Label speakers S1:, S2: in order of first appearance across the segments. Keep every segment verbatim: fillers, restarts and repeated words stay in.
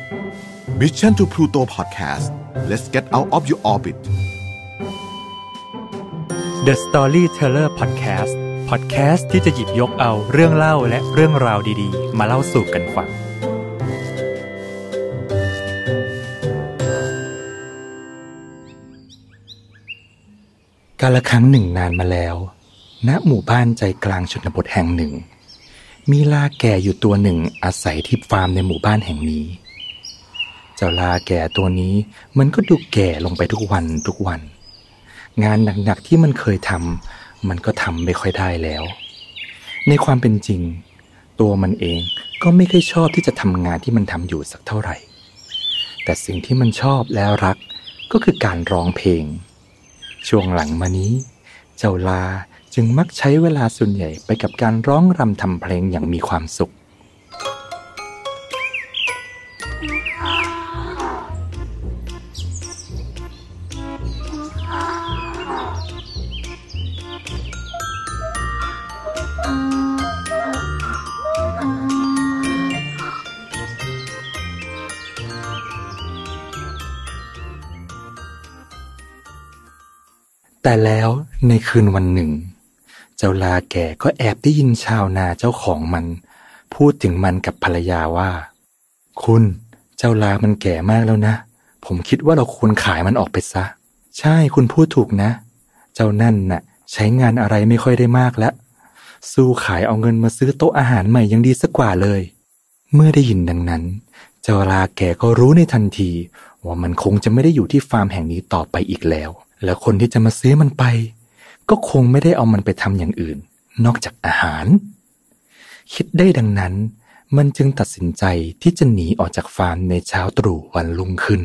S1: Mission to Pluto Podcast Let's get out of your orbit
S2: The Storyteller Podcast Podcast ที่จะหยิบยกเอาเรื่องเล่าและเรื่องราวดีๆมาเล่าสู่กันฟังกาลครั้งหนึ่งนานมาแล้วณหมู่บ้านใจกลางชนบทแห่งหนึ่งมีลาแก่อยู่ตัวหนึ่งอาศัยที่ฟาร์มในหมู่บ้านแห่งนี้เจ้าลาแก่ตัวนี้มันก็ดูแก่ลงไปทุกวันทุกวันงานหนักๆที่มันเคยทำมันก็ทำไม่ค่อยได้แล้วในความเป็นจริงตัวมันเองก็ไม่ค่อยชอบที่จะทำงานที่มันทำอยู่สักเท่าไหร่แต่สิ่งที่มันชอบและรักก็คือการร้องเพลงช่วงหลังมานี้เจ้าลาจึงมักใช้เวลาส่วนใหญ่ไปกับการร้องรำทำเพลงอย่างมีความสุขแต่แล้วในคืนวันหนึ่งเจ้าลาแก่ก็แอบได้ยินชาวนาเจ้าของมันพูดถึงมันกับภรรยาว่าคุณเจ้าลามันแก่มากแล้วนะผมคิดว่าเราควรขายมันออกไปซะใช่คุณพูดถูกนะเจ้านั่นน่ะใช้งานอะไรไม่ค่อยได้มากแล้วสู้ขายเอาเงินมาซื้อโต๊ะอาหารใหม่ยังดีสักกว่าเลยเมื่อได้ยินดังนั้นเจ้าลาแก่ก็รู้ในทันทีว่ามันคงจะไม่ได้อยู่ที่ฟาร์มแห่งนี้ต่อไปอีกแล้วแล้วคนที่จะมาซื้อมันไปก็คงไม่ได้เอามันไปทำอย่างอื่นนอกจากอาหารคิดได้ดังนั้นมันจึงตัดสินใจที่จะหนีออกจากฟาร์มในเช้าตรู่วันรุ่งขึ้น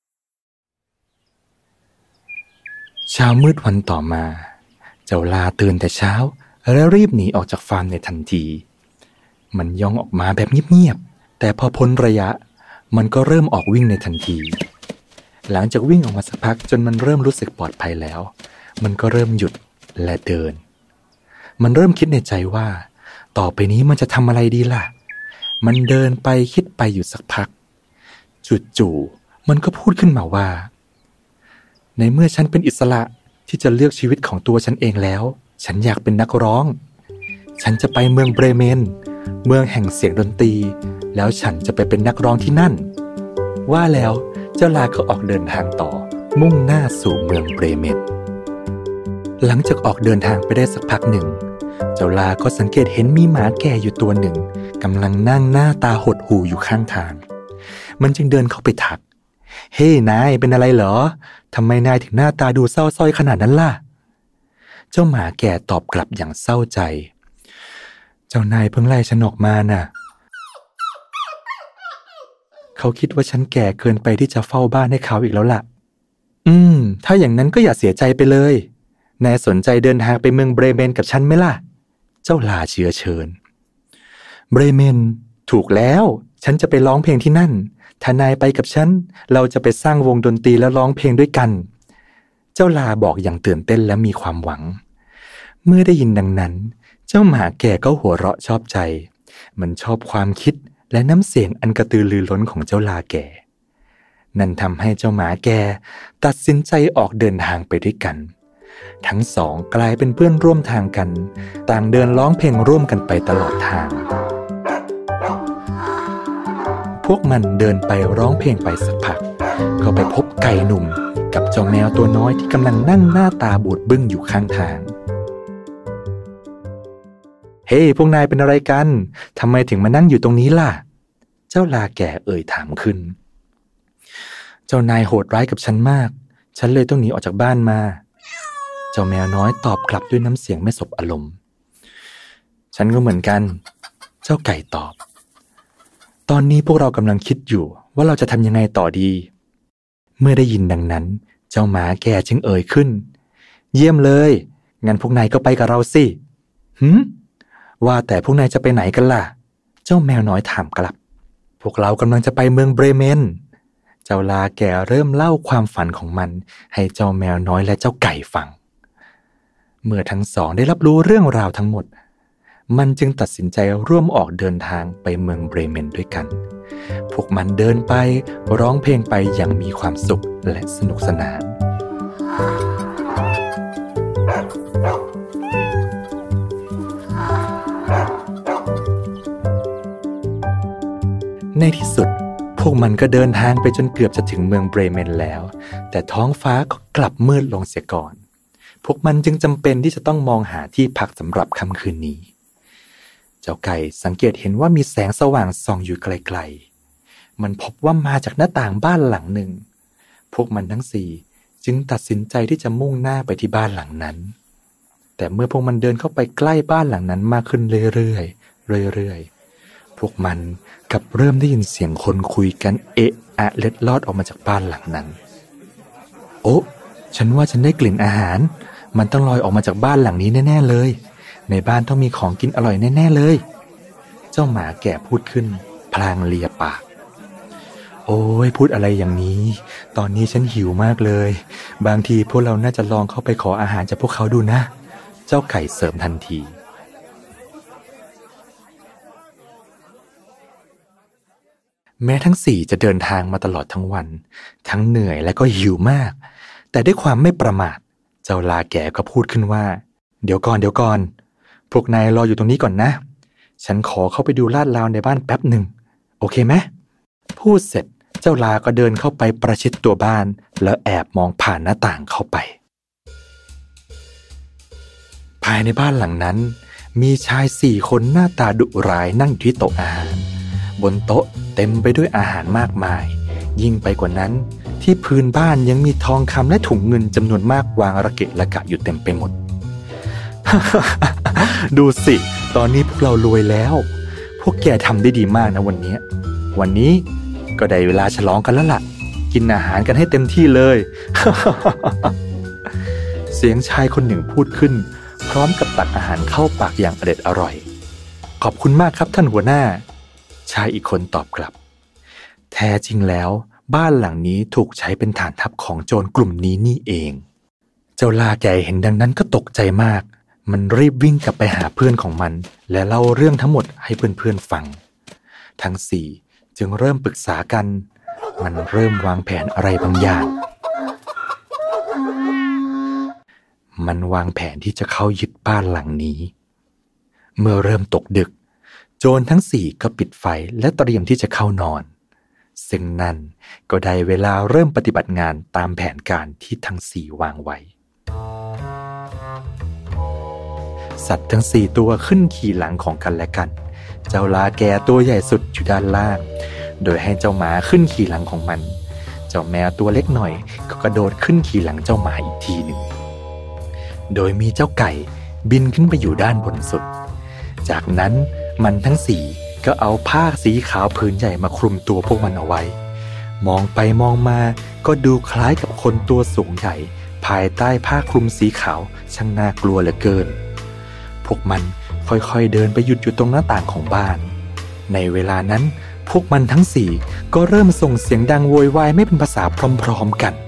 S2: เช้ามืดวันต่อมาเจ้าลาตื่นแต่เช้าแล้วรีบหนีออกจากฟาร์มในทันทีมันย่องออกมาแบบเงียบๆแต่พอพ้นระยะมันก็เริ่มออกวิ่งในทันทีหลังจากวิ่งออกมาสักพักจนมันเริ่มรู้สึกปลอดภัยแล้วมันก็เริ่มหยุดและเดินมันเริ่มคิดในใจว่าต่อไปนี้มันจะทำอะไรดีล่ะมันเดินไปคิดไปอยู่สักพักจู่ๆมันก็พูดขึ้นมาว่าในเมื่อฉันเป็นอิสระที่จะเลือกชีวิตของตัวฉันเองแล้วฉันอยากเป็นนักร้องฉันจะไปเมืองเบรเมนเมืองแห่งเสียงดนตรีแล้วฉันจะไปเป็นนักร้องที่นั่นว่าแล้วเจ้าลาก็ออกเดินทางต่อมุ่งหน้าสู่เมืองเบรเมนหลังจากออกเดินทางไปได้สักพักหนึ่งเจ้าลาก็สังเกตเห็นมีหมาแก่อยู่ตัวหนึ่งกำลังนั่งหน้าตาหดหู่อยู่ข้างทางมันจึงเดินเข้าไปทักเฮ้นายเป็นอะไรเหรอทำไมนายถึงหน้าตาดูเศร้าส้อยขนาดนั้นล่ะเจ้าหมาแก่ตอบกลับอย่างเศร้าใจเจ้านายเพิ่งไล่ฉันออกมาน่ะเขาคิดว่าฉันแก่เกินไปที่จะเฝ้าบ้านให้เขาอีกแล้วล่ะอืมถ้าอย่างนั้นก็อย่าเสียใจไปเลยนายสนใจเดินทางไปเมืองเบรเมนกับฉันไหมล่ะเจ้าลาเชื้อเชิญเบรเมนถูกแล้วฉันจะไปร้องเพลงที่นั่นถ้านายไปกับฉันเราจะไปสร้างวงดนตรีแล้วร้องเพลงด้วยกันเจ้าลาบอกอย่างตื่นเต้นและมีความหวังเมื่อได้ยินดังนั้นเจ้าหมาแก่ก็หัวเราะชอบใจมันชอบความคิดและน้ำเสียงอันกระตือรือร้นของเจ้าลาแก่นั่นทำให้เจ้าหมาแก่ตัดสินใจออกเดินทางไปด้วยกันทั้งสองกลายเป็นเพื่อนร่วมทางกันต่างเดินร้องเพลงร่วมกันไปตลอดทางพวกมันเดินไปร้องเพลงไปสักพักก็ไปพบไก่หนุ่มกับเจ้าแมวตัวน้อยที่กำลังนั่งหน้าตาบูดบึ้งอยู่ข้างทางเฮ้ hey, พวกนายเป็นอะไรกันทำไมถึงมานั่งอยู่ตรงนี้ล่ะเจ้าลาแก่เอ่ยถามขึ้นเจ้านายโหดร้ายกับฉันมากฉันเลยต้องหนีออกจากบ้านมาเจ้าแมวน้อยตอบกลับด้วยน้ำเสียงไม่สบอารมณ์ฉันก็เหมือนกันเจ้าไก่ตอบตอนนี้พวกเรากำลังคิดอยู่ว่าเราจะทำยังไงต่อดีเมื่อได้ยินดังนั้นเจ้าหมาแก่จึงเอ่ยขึ้นเยี่ยมเลยงั้นพวกนายก็ไปกับเราสิหืมว่าแต่พวกนายจะไปไหนกันล่ะเจ้าแมวน้อยถามกลับพวกเรากำลังจะไปเมืองเบรเมนเจ้าลาแก่เริ่มเล่าความฝันของมันให้เจ้าแมวน้อยและเจ้าไก่ฟังเมื่อทั้งสองได้รับรู้เรื่องราวทั้งหมดมันจึงตัดสินใจร่วมออกเดินทางไปเมืองเบรเมนด้วยกันพวกมันเดินไปร้องเพลงไปอย่างมีความสุขและสนุกสนานในที่สุดพวกมันก็เดินทางไปจนเกือบจะถึงเมืองเบรเมนแล้วแต่ท้องฟ้าก็กลับมืดลงเสียก่อนพวกมันจึงจำเป็นที่จะต้องมองหาที่พักสำหรับค่ำคืนนี้เจ้าไก่สังเกตเห็นว่ามีแสงสว่างส่องอยู่ไกลๆมันพบว่ามาจากหน้าต่างบ้านหลังหนึ่งพวกมันทั้งสี่จึงตัดสินใจที่จะมุ่งหน้าไปที่บ้านหลังนั้นแต่เมื่อพวกมันเดินเข้าไปใกล้บ้านหลังนั้นมากขึ้นเรื่อยๆเรื่อยๆพวกมันกลับเริ่มได้ยินเสียงคนคุยกันเอะอะเล็ดลอดออกมาจากบ้านหลังนั้นโอ้ฉันว่าฉันได้กลิ่นอาหารมันต้องลอยออกมาจากบ้านหลังนี้แน่ๆเลยในบ้านต้องมีของกินอร่อยแน่ๆเลยเจ้าหมาแก่พูดขึ้นพลางเลียปากโอ้ยพูดอะไรอย่างนี้ตอนนี้ฉันหิวมากเลยบางทีพวกเราน่าจะลองเข้าไปขออาหารจากพวกเขาดูนะเจ้าไก่เสริมทันทีแม้ทั้งสี่จะเดินทางมาตลอดทั้งวันทั้งเหนื่อยและก็หิวมากแต่ด้วยความไม่ประมาทเจ้าลาแก่ก็พูดขึ้นว่าเดี๋ยวก่อนเดี๋ยวก่อนพวกนายรออยู่ตรงนี้ก่อนนะฉันขอเข้าไปดูลาดราวในบ้านแป๊บหนึ่งโอเคไหมพูดเสร็จเจ้าลาก็เดินเข้าไปประชิดตัวบ้านแล้วแอบมองผ่านหน้าต่างเข้าไปภายในบ้านหลังนั้นมีชายสี่คนหน้าตาดุร้ายนั่งอยู่ที่โต๊ะอาหารบนโต๊ะเต็มไปด้วยอาหารมากมายยิ่งไปกว่านั้นที่พื้นบ้านยังมีทองคำและถุงเงินจำนวนมากวางระเกะระกะอยู่เต็มไปหมด ดูสิตอนนี้พวกเรารวยแล้วพวกแกทำได้ดีมากนะวันนี้วันนี้ก็ได้เวลาฉลองกันแล้วล่ะกินอาหารกันให้เต็มที่เลย เสียงชายคนหนึ่งพูดขึ้นพร้อมกับตักอาหารเข้าปากอย่างอเด็ดอร่อยขอบคุณมากครับท่านหัวหน้าชายอีกคนตอบกลับแท้จริงแล้วบ้านหลังนี้ถูกใช้เป็นฐานทัพของโจรกลุ่มนี้นี่เองเจ้าลาแก่เห็นดังนั้นก็ตกใจมากมันรีบวิ่งกลับไปหาเพื่อนของมันและเล่าเรื่องทั้งหมดให้เพื่อนๆฟังทั้งสี่จึงเริ่มปรึกษากันมันเริ่มวางแผนอะไรบางอย่างมันวางแผนที่จะเข้ายึดบ้านหลังนี้เมื่อเริ่มตกดึกโจรทั้งสี่ก็ปิดไฟและเตรียมที่จะเข้านอนซึ่งนั่นก็ได้เวลาเริ่มปฏิบัติงานตามแผนการที่ทั้งสี่วางไว้สัตว์ทั้งสี่ตัวขึ้นขี่หลังของกันและกันเจ้าลาแก่ตัวใหญ่สุดอยู่ด้านล่างโดยให้เจ้าหมาขึ้นขี่หลังของมันเจ้าแมวตัวเล็กหน่อยก็กระโดดขึ้นขี่หลังเจ้าหมาอีกทีหนึ่งโดยมีเจ้าไก่บินขึ้นไปอยู่ด้านบนสุดจากนั้นมันทั้งสี่ก็เอาผ้าสีขาวผืนใหญ่มาคลุมตัวพวกมันเอาไว้มองไปมองมาก็ดูคล้ายกับคนตัวสูงใหญ่ภายใต้ผ้าคลุมสีขาวช่างน่ากลัวเหลือเกินพวกมันค่อยๆเดินไปหยุดอยู่ตรงหน้าต่างของบ้านในเวลานั้นพวกมันทั้งสี่ก็เริ่มส่งเสียงดังโวยวายไม่เป็นภาษาพร้อมๆกัน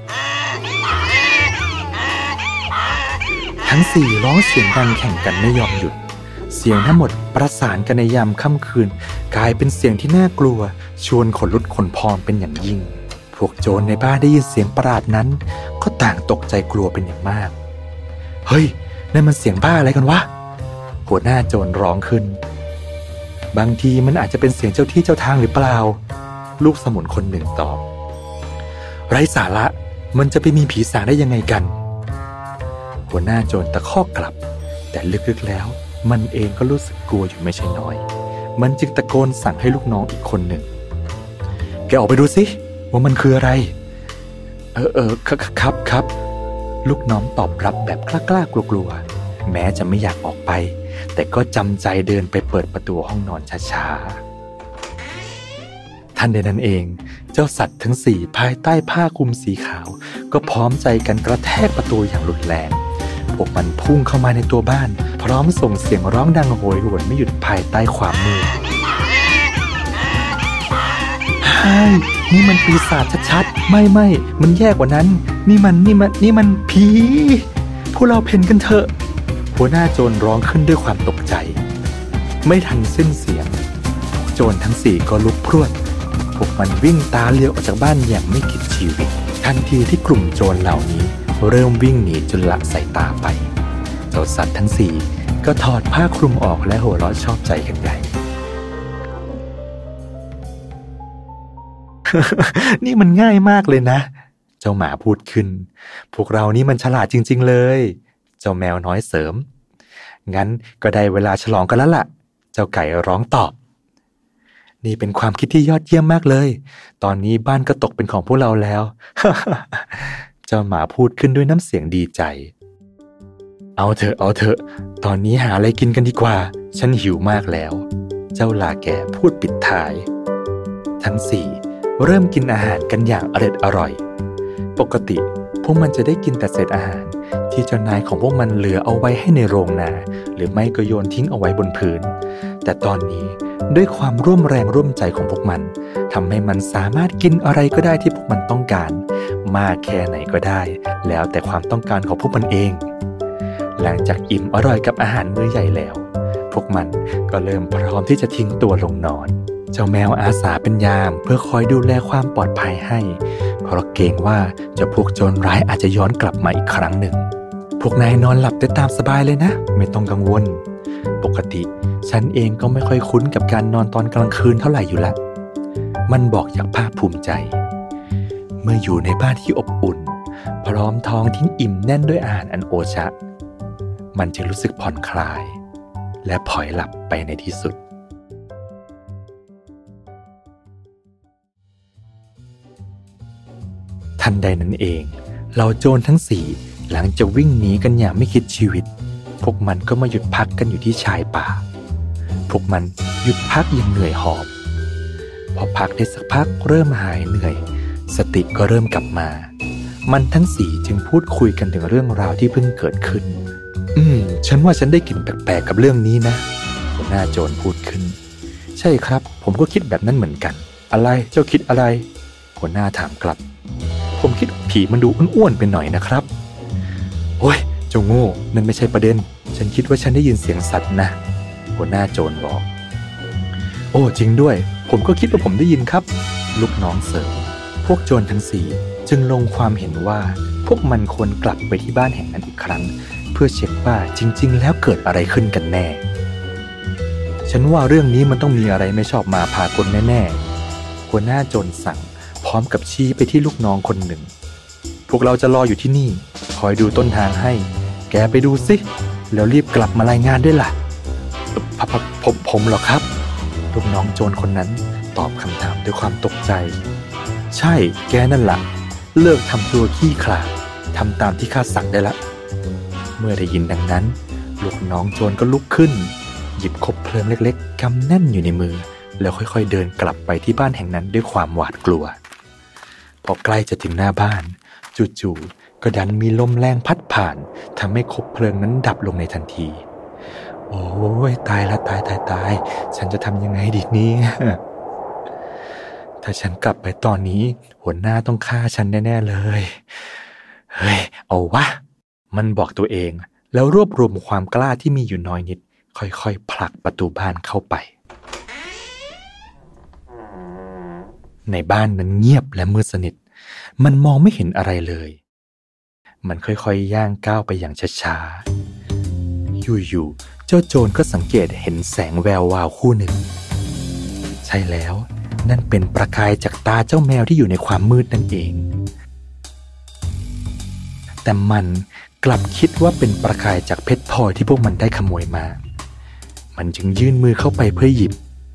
S2: ทั้งสี่ร้องเสียงดังแข่งกันไม่ยอมหยุดเสียงทั้งหมดประสานกันในยามค่ำคืนกลายเป็นเสียงที่น่ากลัวชวนขนลุกขนพองเป็นอย่างยิ่งพวกโจรในบ้านได้ยินเสียงประหลาดนั้นก็ต่างตกใจกลัวเป็นอย่างมากเฮ้ยนั่นมันเสียงบ้าอะไรกันวะหัวหน้าโจรร้องขึ้นบางทีมันอาจจะเป็นเสียงเจ้าที่เจ้าทางหรือเปล่าลูกสมุนคนหนึ่งตอบไร้สาระมันจะไปมีผีสางได้ยังไงกันหัวหน้าโจรตะคอกกลับแต่ลึกๆแล้วมันเองก็รู้สึกกลัวอยู่ไม่ใช่น้อยมันจึงตะโกนสั่งให้ลูกน้องอีกคนหนึ่งแกออกไปดูสิว่ามันคืออะไรเออเออครับครับลูกน้องตอบรับแบบกล้ากลัวๆแม้จะไม่อยากออกไปแต่ก็จำใจเดินไปเปิดประตูห้องนอนช้าๆทันใดนั้นเองเจ้าสัตว์ทั้งสี่ภายใต้ผ้าคลุมสีขาวก็พร้อมใจกันกระแทกประตูอย่างรุนแรงพวกมันพุ่งเข้ามาในตัวบ้านพร้อมส่งเสียงร้องดังโหยหวนไม่หยุดภายใต้ความมืดเฮ้ยนี่มันปีศาจชัดๆไม่ไม่มันแย่กว่านั้นนี่มันนี่มันนี่มันผีพวกเราเพ่นกันเถอะหัวหน้าโจรร้องขึ้นด้วยความตกใจไม่ทันสิ้นเสียงโจรทั้งสี่ก็ลุกพรวดพวกมันวิ่งตาเลี้ยวออกจากบ้านอย่างไม่คิดชีวิตทันทีที่กลุ่มโจรเหล่านี้เริ่มวิ่งหนีจนละสายตาไปเจ้าสัตว์ทั้งสี่ก็ถอดผ้าคลุมออกและหัวเราะชอบใจกันใหญ่ นี่มันง่ายมากเลยนะเจ้าหมาพูดขึ้นพวกเรานี่มันฉลาดจริงๆเลยเจ้าแมวน้อยเสริมงั้นก็ได้เวลาฉลองกันแล้วล่ะเจ้าไก่ร้องตอบนี่เป็นความคิดที่ยอดเยี่ยมมากเลยตอนนี้บ้านก็ตกเป็นของพวกเราแล้ว เจ้าหมาพูดขึ้นด้วยน้ำเสียงดีใจเอาเถอะเอาเถอะตอนนี้หาอะไรกินกันดีกว่าฉันหิวมากแล้วเจ้าลาแก่พูดปิดท้ายทั้งสี่เริ่มกินอาหารกันอย่างอร่อยอร่อยปกติพวกมันจะได้กินแต่เศษอาหารที่เจ้านายของพวกมันเหลือเอาไว้ให้ในโรงนาหรือไม่ก็โยนทิ้งเอาไว้บนพื้นแต่ตอนนี้ด้วยความร่วมแรงร่วมใจของพวกมันทำให้มันสามารถกินอะไรก็ได้ที่พวกมันต้องการมากแค่ไหนก็ได้แล้วแต่ความต้องการของพวกมันเองหลังจากอิ่มอร่อยกับอาหารมื้อใหญ่แล้วพวกมันก็เริ่มพร้อมที่จะทิ้งตัวลงนอนเจ้าแมวอาสาเป็นยามเพื่อคอยดูแลความปลอดภัยให้เพราะเกรงว่าเจ้าพวกโจรร้ายอาจจะย้อนกลับมาอีกครั้งหนึ่งพวกนายนอนหลับได้ตามสบายเลยนะไม่ต้องกังวลปกติฉันเองก็ไม่ค่อยคุ้นกับการนอนตอนกลางคืนเท่าไหร่อยู่ละมันบอกอย่างภาคภูมิใจเมื่ออยู่ในบ้านที่อบอุ่นพร้อมท้องที่อิ่มแน่นด้วยอาหารอันโอชะมันจึงรู้สึกผ่อนคลายและพลอยหลับไปในที่สุดทันใดนั้นเองเหล่าโจรทั้งสี่หลังจากวิ่งหนีกันอย่างไม่คิดชีวิตพวกมันก็มาหยุดพักกันอยู่ที่ชายป่าพวกมันหยุดพักอย่างเหนื่อยหอบพอพักได้สักพักเริ่มหายเหนื่อยสติก็เริ่มกลับมามันทั้งสี่จึงพูดคุยกันถึงเรื่องราวที่เพิ่งเกิดขึ้นอืมฉันว่าฉันได้กลิ่นแปลกๆกับเรื่องนี้นะหัวหน้าโจรพูดขึ้นใช่ครับผมก็คิดแบบนั้นเหมือนกันอะไรเจ้าคิดอะไรหัวหน้าถามกลับผมคิดผีมันดูอ้วนๆไปหน่อยนะครับโอ้ยเจ้าโง่นั่นไม่ใช่ประเด็นฉันคิดว่าฉันได้ยินเสียงสัตว์นะหัวหน้าโจรบอกโอ้จริงด้วยผมก็คิดว่าผมได้ยินครับลูกน้องเสริมพวกโจรทั้งสี่จึงลงความเห็นว่าพวกมันควรกลับไปที่บ้านแห่งนั้นอีกครั้งเพื่อเช็คว่าจริงๆแล้วเกิดอะไรขึ้นกันแน่ฉันว่าเรื่องนี้มันต้องมีอะไรไม่ชอบมาพากลแน่ๆหัวหน้าโจรสั่งพร้อมกับชี้ไปที่ลูกน้องคนหนึ่งพวกเราจะรออยู่ที่นี่คอยดูต้นทางให้แกไปดูสิแล้วรีบกลับมารายงานด้วยล่ะผมผมเหรอครับลูกน้องโจรคนนั้นตอบคำถามด้วยความตกใจใช่แกนั่นล่ะเลิกทำตัวขี้ขลาดทำตามที่ข้าสั่งได้ละเมื่อได้ยินดังนั้นลูกน้องโจรก็ลุกขึ้นหยิบคบเพลิงเล็กๆกำแน่นอยู่ในมือแล้วค่อยๆเดินกลับไปที่บ้านแห่งนั้นด้วยความหวาดกลัวพอใกล้จะถึงหน้าบ้านจู่ๆก็ดันมีลมแรงพัดผ่านทำให้คบเพลิงนั้นดับลงในทันทีโอ้ยตายละตายตายตายฉันจะทำยังไงดีนี่ถ้าฉันกลับไปตอนนี้หัวหน้าต้องฆ่าฉันแน่ๆเลยเฮ้ยเอาวะมันบอกตัวเองแล้วรวบรวมความกล้าที่มีอยู่น้อยนิดค่อยๆผลักประตูบ้านเข้าไปในบ้านนั้นเงียบและมืดสนิทมันมองไม่เห็นอะไรเลยมันค่อยๆย่างก้าวไปอย่างช้าๆอยู่ๆเจ้าโจรก็สังเกตเห็นแสงแวววาวคู่หนึ่งใช่แล้วนั่นเป็นประกายจากตาเจ้าแมวที่อยู่ในความมืดนั่นเองแต่มันกลับคิดว่าเป็นประกายจากเพชรพลอยที่พวกมันได้ขโมยมามันจึงยื่นมือเข้าไปเพื่อหยิบ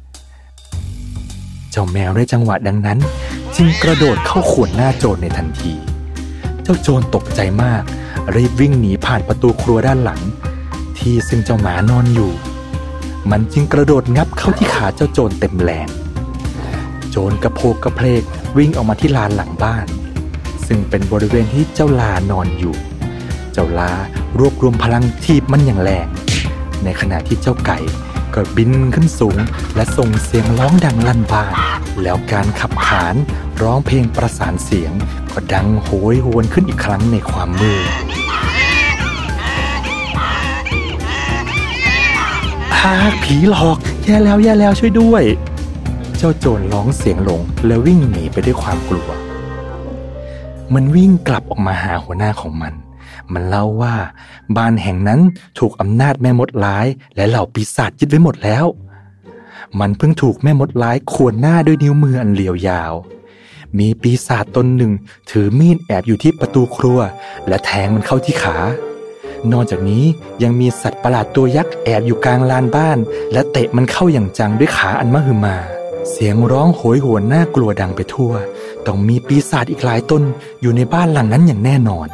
S2: เจ้าแมวได้จังหวะดังนั้นจึงกระโดดเข้าข่วนหน้าโจรในทันทีเจ้าโจรตกใจมากรีบวิ่งหนีผ่านประตูครัวด้านหลังที่ซึ่งเจ้าหมานอนอยู่มันจึงกระโดดงับเข้าที่ขาเจ้าโจรเต็มแรงโจรกระโพกกระเพลกวิ่งออกมาที่ลานหลังบ้านซึ่งเป็นบริเวณที่เจ้าลานอนอยู่เจ้าลารวบรวมพลังถีบมันอย่างแรงในขณะที่เจ้าไก่ก็บินขึ้นสูงและส่งเสียงร้องดังลั่นบ้านแล้วการขับขานร้องเพลงประสานเสียงก็ดังโหยหวนขึ้นอีกครั้งในความมืด อ่าากผีหลอกแย่แล้วแย่แล้วช่วยด้วยเจ้าโจรร้องเสียงหลงแล้ววิ่งหนีไปด้วยความกลัวมันวิ่งกลับออกมาหาหัวหน้าของมันมันเล่าว่าบ้านแห่งนั้นถูกอำนาจแม่มดร้ายและเหล่าปีศาจยึดไว้หมดแล้วมันเพิ่งถูกแม่มดร้ายข่วนหน้าด้วยนิ้วมืออันเรียวยาวมีปีศาจตนหนึ่งถือมีดแอบอยู่ที่ประตูครัวและแทงมันเข้าที่ขานอกจากนี้ยังมีสัตว์ประหลาดตัวยักษ์แอบอยู่กลางลานบ้านและเตะมันเข้าอย่างจังด้วยขาอันมหึมาเสียงร้องโหยหวนน่ากลัวดังไปทั่วต้องมีปีศาจอีกหลายตนอยู่ในบ้านหลังนั้นอย่างแน่นอน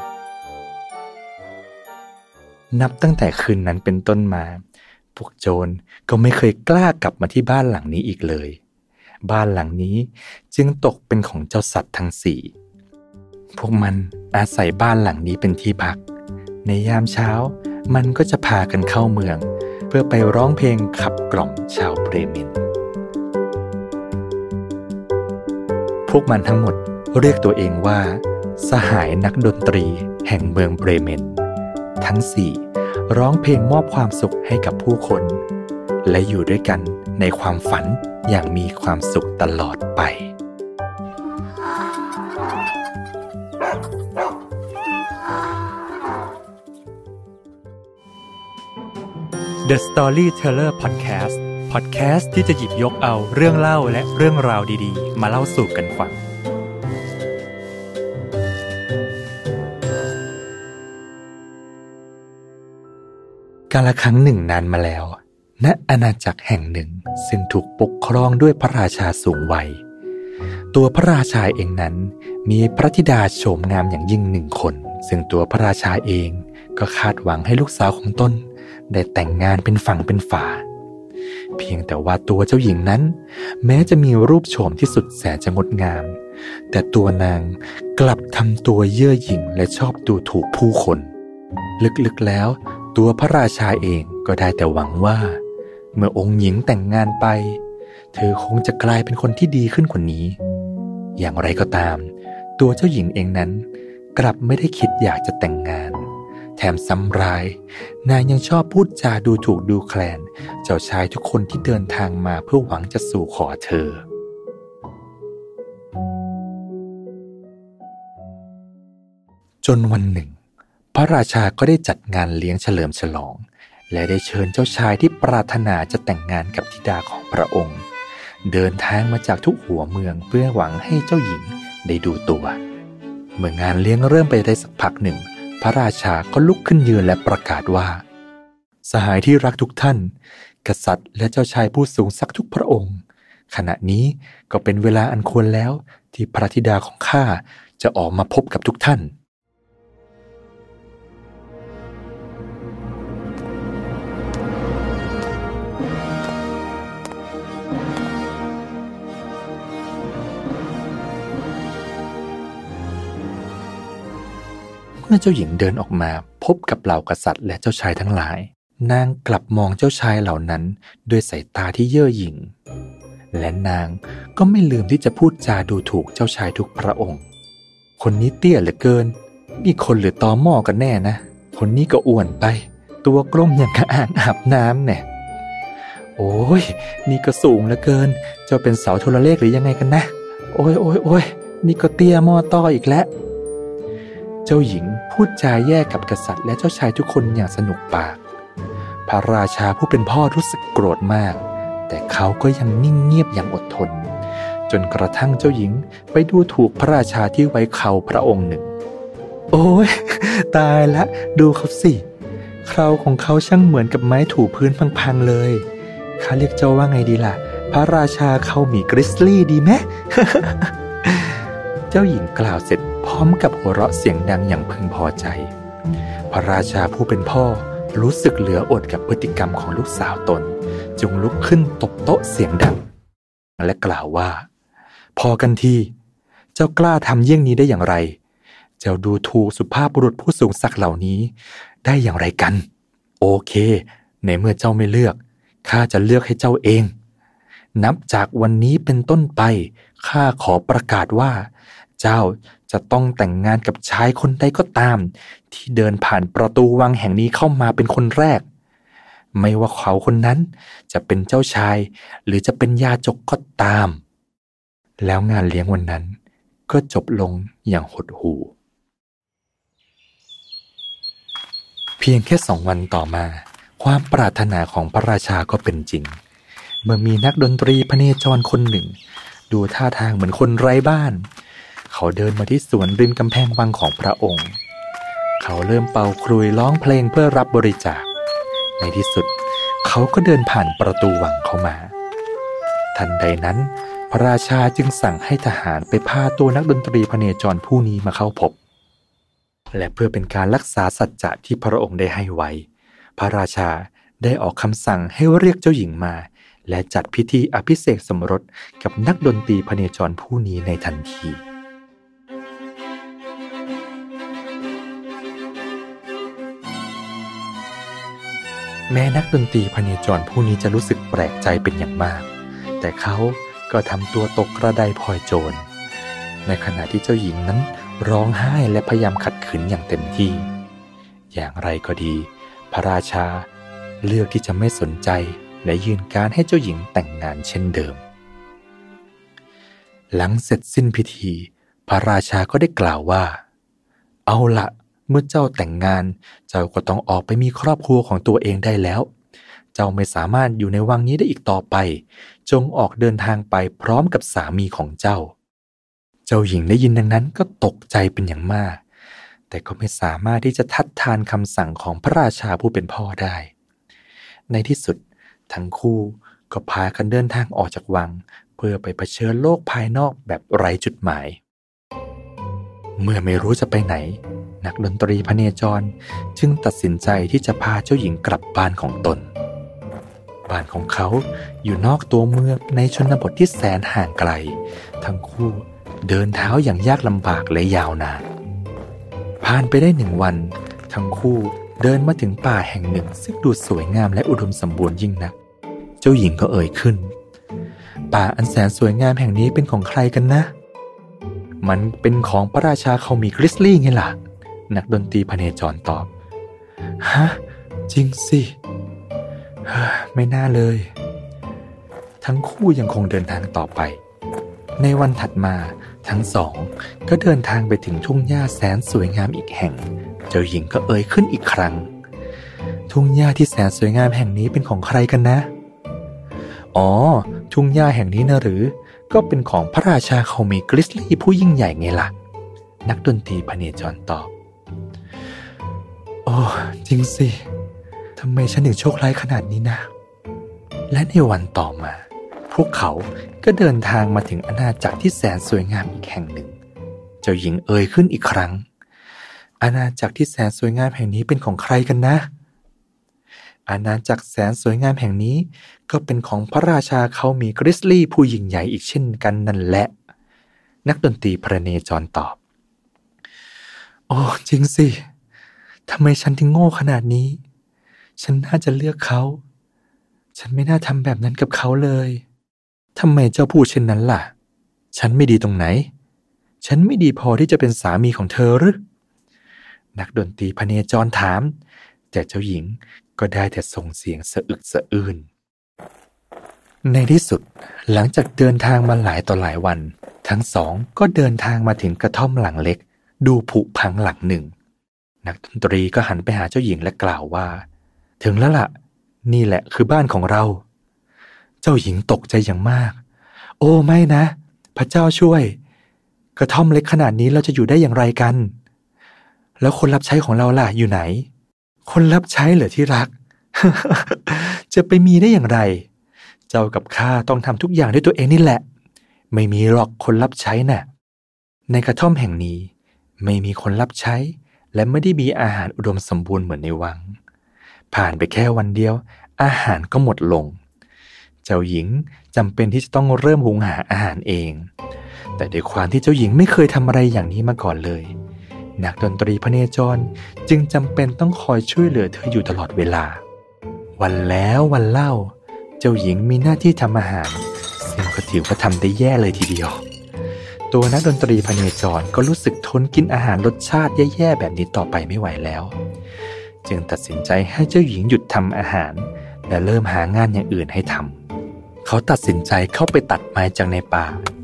S2: นับตั้งแต่คืนนั้นเป็นต้นมาพวกโจรก็ไม่เคยกล้ากลับมาที่บ้านหลังนี้อีกเลยบ้านหลังนี้จึงตกเป็นของเจ้าสัตว์ทั้งสี่พวกมันอาศัยบ้านหลังนี้เป็นที่พักในยามเช้ามันก็จะพากันเข้าเมืองเพื่อไปร้องเพลงขับกล่อมชาวเบรเมนพวกมันทั้งหมดเรียกตัวเองว่าสหายนักดนตรีแห่งเมืองเบรเมนทั้งสี่ร้องเพลงมอบความสุขให้กับผู้คนและอยู่ด้วยกันในความฝันอย่างมีความสุขตลอดไป The Storyteller Podcast Podcast ที่จะหยิบยกเอาเรื่องเล่าและเรื่องราวดีๆมาเล่าสู่กันฟังกาลครั้งหนึ่งนานมาแล้วณอาณาจักรแห่งหนึ่งซึ่งถูกปกครองด้วยพระราชาสูงวัยตัวพระราชาเองนั้นมีพระธิดาโฉมงามอย่างยิ่งหนึ่งคนซึ่งตัวพระราชาเองก็คาดหวังให้ลูกสาวของตนได้แต่งงานเป็นฝั่งเป็นฝาเพียงแต่ว่าตัวเจ้าหญิงนั้นแม้จะมีรูปโฉมที่สุดแสนจะงดงามแต่ตัวนางกลับทำตัวเย่อหยิ่งและชอบดูถูกผู้คนลึกๆแล้วตัวพระราชาเองก็ได้แต่หวังว่าเมื่อองค์หญิงแต่งงานไปเธอคงจะกลายเป็นคนที่ดีขึ้นกว่านี้อย่างไรก็ตามตัวเจ้าหญิงเองนั้นกลับไม่ได้คิดอยากจะแต่งงานแถมซ้ำร้ายนางยังชอบพูดจาดูถูกดูแคลนเจ้าชายทุกคนที่เดินทางมาเพื่อหวังจะสู่ขอเธอจนวันหนึ่งพระราชาก็ได้จัดงานเลี้ยงเฉลิมฉลองและได้เชิญเจ้าชายที่ปรารถนาจะแต่งงานกับธิดาของพระองค์เดินทางมาจากทุกหัวเมืองเพื่อหวังให้เจ้าหญิงได้ดูตัวเมื่องานเลี้ยงเริ่มไปได้สักพักหนึ่งพระราชาก็ลุกขึ้นยืนและประกาศว่าสหายที่รักทุกท่านกษัตริย์และเจ้าชายผู้สูงศักดิ์ทุกพระองค์ขณะนี้ก็เป็นเวลาอันควรแล้วที่พระธิดาของข้าจะออกมาพบกับทุกท่านเมื่อเจ้าหญิงเดินออกมาพบกับเหล่ากษัตริย์และเจ้าชายทั้งหลายนางกลับมองเจ้าชายเหล่านั้นด้วยสายตาที่เย่อหยิ่งและนางก็ไม่ลืมที่จะพูดจาดูถูกเจ้าชายทุกพระองค์คนนี้เตี้ยเหลือเกินนี่คนหรือตอหม้อกันแน่นะคนนี้ก็อ้วนไปตัวกลมอย่างกระอ่างอาบน้ำเนี่ยโอ้ยนี่ก็สูงเหลือเกินเจ้าเป็นเสาโทรเลขหรือยังไงกันนะโอ้ยโอ้ยโอ้ยนี่ก็เตี้ยหม้อต้ออีกแล้วเจ้าหญิงพูดจาแย่กับกษัตริย์และเจ้าชายทุกคนอย่างสนุกปากพระราชาผู้เป็นพ่อรู้สึกโกรธมากแต่เขาก็ยังนิ่งเงียบอย่างอดทนจนกระทั่งเจ้าหญิงไปดูถูกพระราชาที่ไว้เคราพระองค์หนึ่งโอ้ยตายละดูเขาสิเคราของเขาช่างเหมือนกับไม้ถูพื้นพังๆเลยข้าเรียกเจ้าว่าไงดีล่ะพระราชาเขาหมีกริซลี่ดีไหม เจ้าหญิงกล่าวเสร็จพร้อมกับหัวเราะเสียงดังอย่างพึงพอใจพระราชาผู้เป็นพ่อรู้สึกเหลืออดกับพฤติกรรมของลูกสาวตนจึงลุกขึ้นตบโต๊ะเสียงดังและกล่าวว่าพอกันทีเจ้ากล้าทำเยี่ยงนี้ได้อย่างไรเจ้าดูถูกสุภาพบุรุษผู้สูงศักดิ์เหล่านี้ได้อย่างไรกันโอเคในเมื่อเจ้าไม่เลือกข้าจะเลือกให้เจ้าเองนับจากวันนี้เป็นต้นไปข้าขอประกาศว่าเจ้าจะต้องแต่งงานกับชายคนใดก็ตามที่เดินผ่านประตูวังแห่งนี้เข้ามาเป็นคนแรกไม่ว่าเขาคนนั้นจะเป็นเจ้าชายหรือจะเป็นยาจกก็ตามแล้วงานเลี้ยงวันนั้นก็จบลงอย่างหดหู่เพียงแค่สองวันต่อมาความปรารถนาของพระราชาก็เป็นจริงเมื่อมีนักดนตรีพเนจรคนหนึ่งดูท่าทางเหมือนคนไร้บ้านเขาเดินมาที่สวนริมกำแพงวังของพระองค์เขาเริ่มเป่าขลุ่ยร้องเพลงเพื่อรับบริจาคในที่สุดเขาก็เดินผ่านประตูวังเข้ามาทันใดนั้นพระราชาจึงสั่งให้ทหารไปพาตัวนักดนตรีพเนจรผู้นี้มาเข้าพบและเพื่อเป็นการรักษาสัจจะที่พระองค์ได้ให้ไว้พระราชาได้ออกคำสั่งให้เรียกเจ้าหญิงมาและจัดพิธีอภิเษกสมรสกับนักดนตรีพเนจรผู้นี้ในทันทีแม้นักดนตรีพเนจรผู้นี้จะรู้สึกแปลกใจเป็นอย่างมากแต่เขาก็ทำตัวตกกระไดพลอยโจรในขณะที่เจ้าหญิงนั้นร้องไห้และพยายามขัดขืนอย่างเต็มที่อย่างไรก็ดีพระราชาเลือกที่จะไม่สนใจและยืนการให้เจ้าหญิงแต่งงานเช่นเดิมหลังเสร็จสิ้นพิธีพระราชาก็ได้กล่าวว่าเอาละเมื่อเจ้าแต่งงานเจ้าก็ต้องออกไปมีครอบครัวของตัวเองได้แล้วเจ้าไม่สามารถอยู่ในวังนี้ได้อีกต่อไปจงออกเดินทางไปพร้อมกับสามีของเจ้าเจ้าหญิงได้ยินดังนั้นก็ตกใจเป็นอย่างมากแต่ก็ไม่สามารถที่จะทัดทานคำสั่งของพระราชาผู้เป็นพ่อได้ในที่สุดทั้งคู่ก็พากันเดินทางออกจากวังเพื่อไปเผชิญโลกภายนอกแบบไร้จุดหมายเมื่อไม่รู้จะไปไหนนักดนตรีพเนจรจึงตัดสินใจที่จะพาเจ้าหญิงกลับบ้านของตนบ้านของเขาอยู่นอกตัวเมืองในชนบทที่แสนห่างไกลทั้งคู่เดินเท้าอย่างยากลำบากและยาวนานผ่านไปได้หนึ่งวันทั้งคู่เดินมาถึงป่าแห่งหนึ่งซึ่งดูสวยงามและอุดมสมบูรณ์ยิ่งนักเจ้าหญิงก็เอ่ยขึ้นป่าอันแสนสวยงามแห่งนี้เป็นของใครกันนะมันเป็นของพระราชาเขามีกริสลี่ไงล่ะนักดนตรีพเนจรตอบฮะจริงสิไม่น่าเลยทั้งคู่ยังคงเดินทางต่อไปในวันถัดมาทั้งสองก็เดินทางไปถึงทุ่งหญ้าแสนสวยงามอีกแห่งเจ้าหญิงก็เอ่ยขึ้นอีกครั้งทุ่งหญ้าที่แสนสวยงามแห่งนี้เป็นของใครกันนะอ๋อทุ่งหญ้าแห่งนี้นะหรือก็เป็นของพระราชาเขามีกริสลี่ผู้ยิ่งใหญ่ไงล่ะนักดนตรีพเนจรตอบโอ้จริงสิทำไมฉันถึงโชคร้ายขนาดนี้นะและในวันต่อมาพวกเขาก็เดินทางมาถึงอาณาจักรที่แสนสวยงามอีกแห่งหนึ่งเจ้าหญิงเอ่ยขึ้นอีกครั้งอาณาจักรที่แสนสวยงามแห่งนี้เป็นของใครกันนะอาณาจักรแสนสวยงามแห่งนี้ก็เป็นของพระราชาเขามีกริสลี่ผู้ยิ่งใหญ่อีกเช่นกันนั่นแหละนักดนตรีพเนจรตอบโอ้จริงสิทำไมฉันถึงโง่ขนาดนี้ฉันน่าจะเลือกเขาฉันไม่น่าทำแบบนั้นกับเขาเลยทำไมเจ้าพูดเช่นนั้นล่ะฉันไม่ดีตรงไหนฉันไม่ดีพอที่จะเป็นสามีของเธอหรือนักดนตรีพเนจรถามแต่เจ้าหญิงก็ได้แต่ส่งเสียงสะอึกสะอื้นในที่สุดหลังจากเดินทางมาหลายต่อหลายวันทั้งสองก็เดินทางมาถึงกระท่อมหลังเล็กดูผุพังหลังหนึ่งนักดนตรีก็หันไปหาเจ้าหญิงและกล่าวว่าถึงแล้วล่ะนี่แหละคือบ้านของเราเจ้าหญิงตกใจอย่างมากโอ้ไม่นะพระเจ้าช่วยกระท่อมเล็กขนาดนี้เราจะอยู่ได้อย่างไรกันแล้วคนรับใช้ของเราล่ะอยู่ไหนคนรับใช้เหรอที่รัก จะไปมีได้อย่างไรเจ้ากับข้าต้องทำทุกอย่างด้วยตัวเองนี่แหละไม่มีหรอกคนรับใช้น่ะในกระท่อมแห่งนี้ไม่มีคนรับใช้และไม่ได้มีอาหารอุดมสมบูรณ์เหมือนในวังผ่านไปแค่วันเดียวอาหารก็หมดลงเจ้าหญิงจำเป็นที่จะต้องเริ่มหุงหาอาหารเองแต่ด้วยความที่เจ้าหญิงไม่เคยทำอะไรอย่างนี้มาก่อนเลยนักดนตรีพเนจรจึงจำเป็นต้องคอยช่วยเหลือเธออยู่ตลอดเวลาวันแล้ววันเล่าเจ้าหญิงมีหน้าที่ทำอาหารซึ่งก็ถือว่าทำได้แย่เลยทีเดียวตัวนักดนตรีพเนจรก็รู้สึกทนกินอาหารรสชาติแย่ๆแบบนี้ต่อไปไม่ไหวแล้วจึงตัดสินใจให้เจ้าหญิงหยุดทำอาหารและเริ่มหางานอย่างอื่นให้ทำเขาตัดสินใจเข้าไปตัดไม้จากในป่า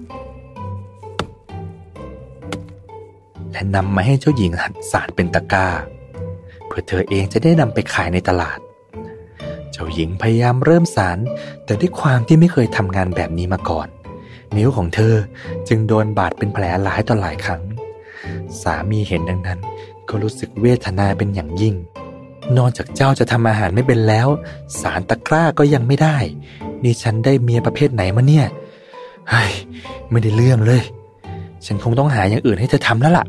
S2: และนำมาให้เจ้าหญิงหัดสานเป็นตะกร้าเพื่อเธอเองจะได้นำไปขายในตลาดเจ้าหญิงพยายามเริ่มสานแต่ด้วยความที่ไม่เคยทำงานแบบนี้มาก่อนนิ้วของเธอจึงโดนบาดเป็นแผลหลายต่อหลายครั้งสามีเห็นดังนั้นก็รู้สึกเวทนาเป็นอย่างยิ่งนอกจากเจ้าจะทำอาหารไม่เป็นแล้วสานตะกร้าก็ยังไม่ได้นี่ฉันได้เมียประเภทไหนมาเนี่ยเฮ้ยไม่ได้เรื่องเลยฉันคงต้องหาอย่างอื่นให้เธอทำแล้วล่ะ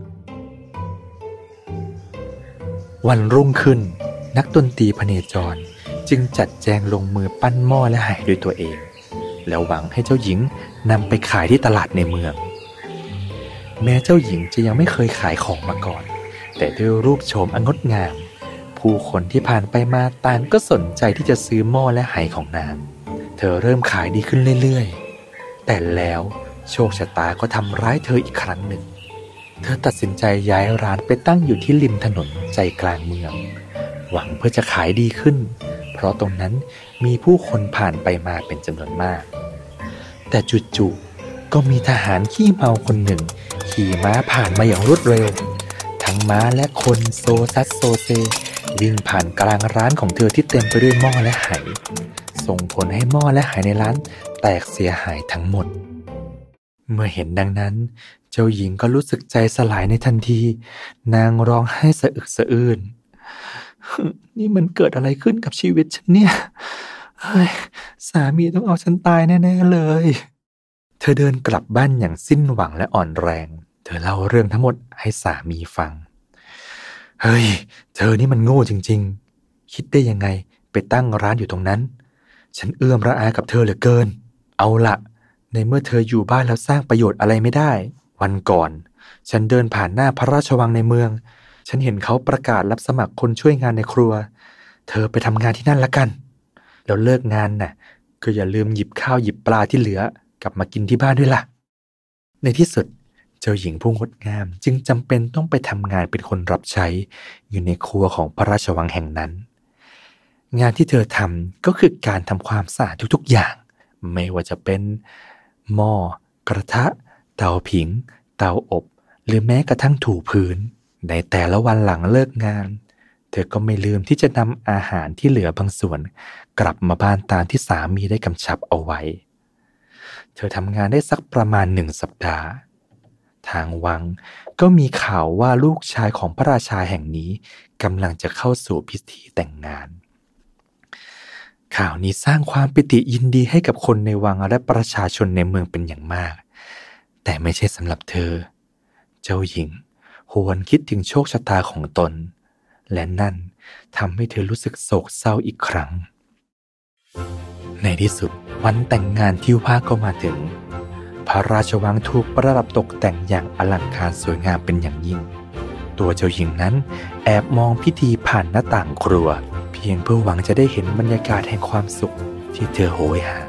S2: วันรุ่งขึ้นนักดนตรีพเนจรจึงจัดแจงลงมือปั้นหม้อและไหด้วยตัวเองแล้วหวังให้เจ้าหญิงนำไปขายที่ตลาดในเมืองแม้เจ้าหญิงจะยังไม่เคยขายของมาก่อนแต่ด้วยรูปโฉมอันงดงามผู้คนที่ผ่านไปมาต่างก็สนใจที่จะซื้อหม้อและไหของนางเธอเริ่มขายดีขึ้นเรื่อยๆแต่แล้วโชคชะตาก็ทำร้ายเธออีกครั้งหนึ่งเธอตัดสินใจย้ายร้านไปตั้งอยู่ที่ริมถนนใจกลางเมืองหวังเพื่อจะขายดีขึ้นเพราะตรงนั้นมีผู้คนผ่านไปมาเป็นจำนวนมากแต่จู่ๆก็มีทหารขี้เมาคนหนึ่งขี่ม้าผ่านมาอย่างรวดเร็วทั้งม้าและคนโซซัสโซเซวิ่งผ่านกลางร้านของเธอที่เต็มไปด้วยหม้อและไหส่งผลให้หม้อและไหในร้านแตกเสียหายทั้งหมดเมื่อเห็นดังนั้นเจ้าหญิงก็รู้สึกใจสลายในทันทีนางร้องไห้สะอึกสะอื้นนี่มันเกิดอะไรขึ้นกับชีวิตฉันเนี่ยเฮ้ยสามีต้องเอาฉันตายแน่ๆเลยเธอเดินกลับบ้านอย่างสิ้นหวังและอ่อนแรงเธอเล่าเรื่องทั้งหมดให้สามีฟังเฮ้ยเธอนี่มันโง่จริงๆคิดได้ยังไงไปตั้งร้านอยู่ตรงนั้นฉันเอื้อมระอากับเธอเหลือเกินเอาละในเมื่อเธออยู่บ้านแล้วสร้างประโยชน์อะไรไม่ได้วันก่อนฉันเดินผ่านหน้าพระราชวังในเมืองฉันเห็นเขาประกาศรับสมัครคนช่วยงานในครัวเธอไปทำงานที่นั่นละกันแล้วเลิกงานน่ะก็อย่าลืมหยิบข้าวหยิบปลาที่เหลือกลับมากินที่บ้านด้วยล่ะในที่สุดเจ้าหญิงผู้งดงามจึงจำเป็นต้องไปทำงานเป็นคนรับใช้อยู่ในครัวของพระราชวังแห่งนั้นงานที่เธอทำก็คือการทำความสะอาดทุกๆอย่างไม่ว่าจะเป็นหม้อกระทะเตาผิงเตาอบหรือแม้กระทั่งถูพื้นในแต่ละวันหลังเลิกงานเธอก็ไม่ลืมที่จะนำอาหารที่เหลือบางส่วนกลับมาบ้านตามที่สามีได้กำชับเอาไว้เธอทำงานได้สักประมาณหนึ่งสัปดาห์ทางวังก็มีข่าวว่าลูกชายของพระราชาแห่งนี้กำลังจะเข้าสู่พิธีแต่งงานข่าวนี้สร้างความปิติยินดีให้กับคนในวังและประชาชนในเมืองเป็นอย่างมากแต่ไม่ใช่สำหรับเธอเจ้าหญิงหวนคิดถึงโชคชะตาของตนและนั่นทำให้เธอรู้สึกโศกเศร้าอีกครั้งในที่สุดวันแต่งงานที่ว่าก็มาถึงพระราชวังถูกประดับตกแต่งอย่างอลังการสวยงามเป็นอย่างยิ่งตัวเจ้าหญิงนั้นแอบมองพิธีผ่านหน้าต่างครัวเพียงเพื่อหวังจะได้เห็นบรรยากาศแห่งความสุขที่เธอโหยหา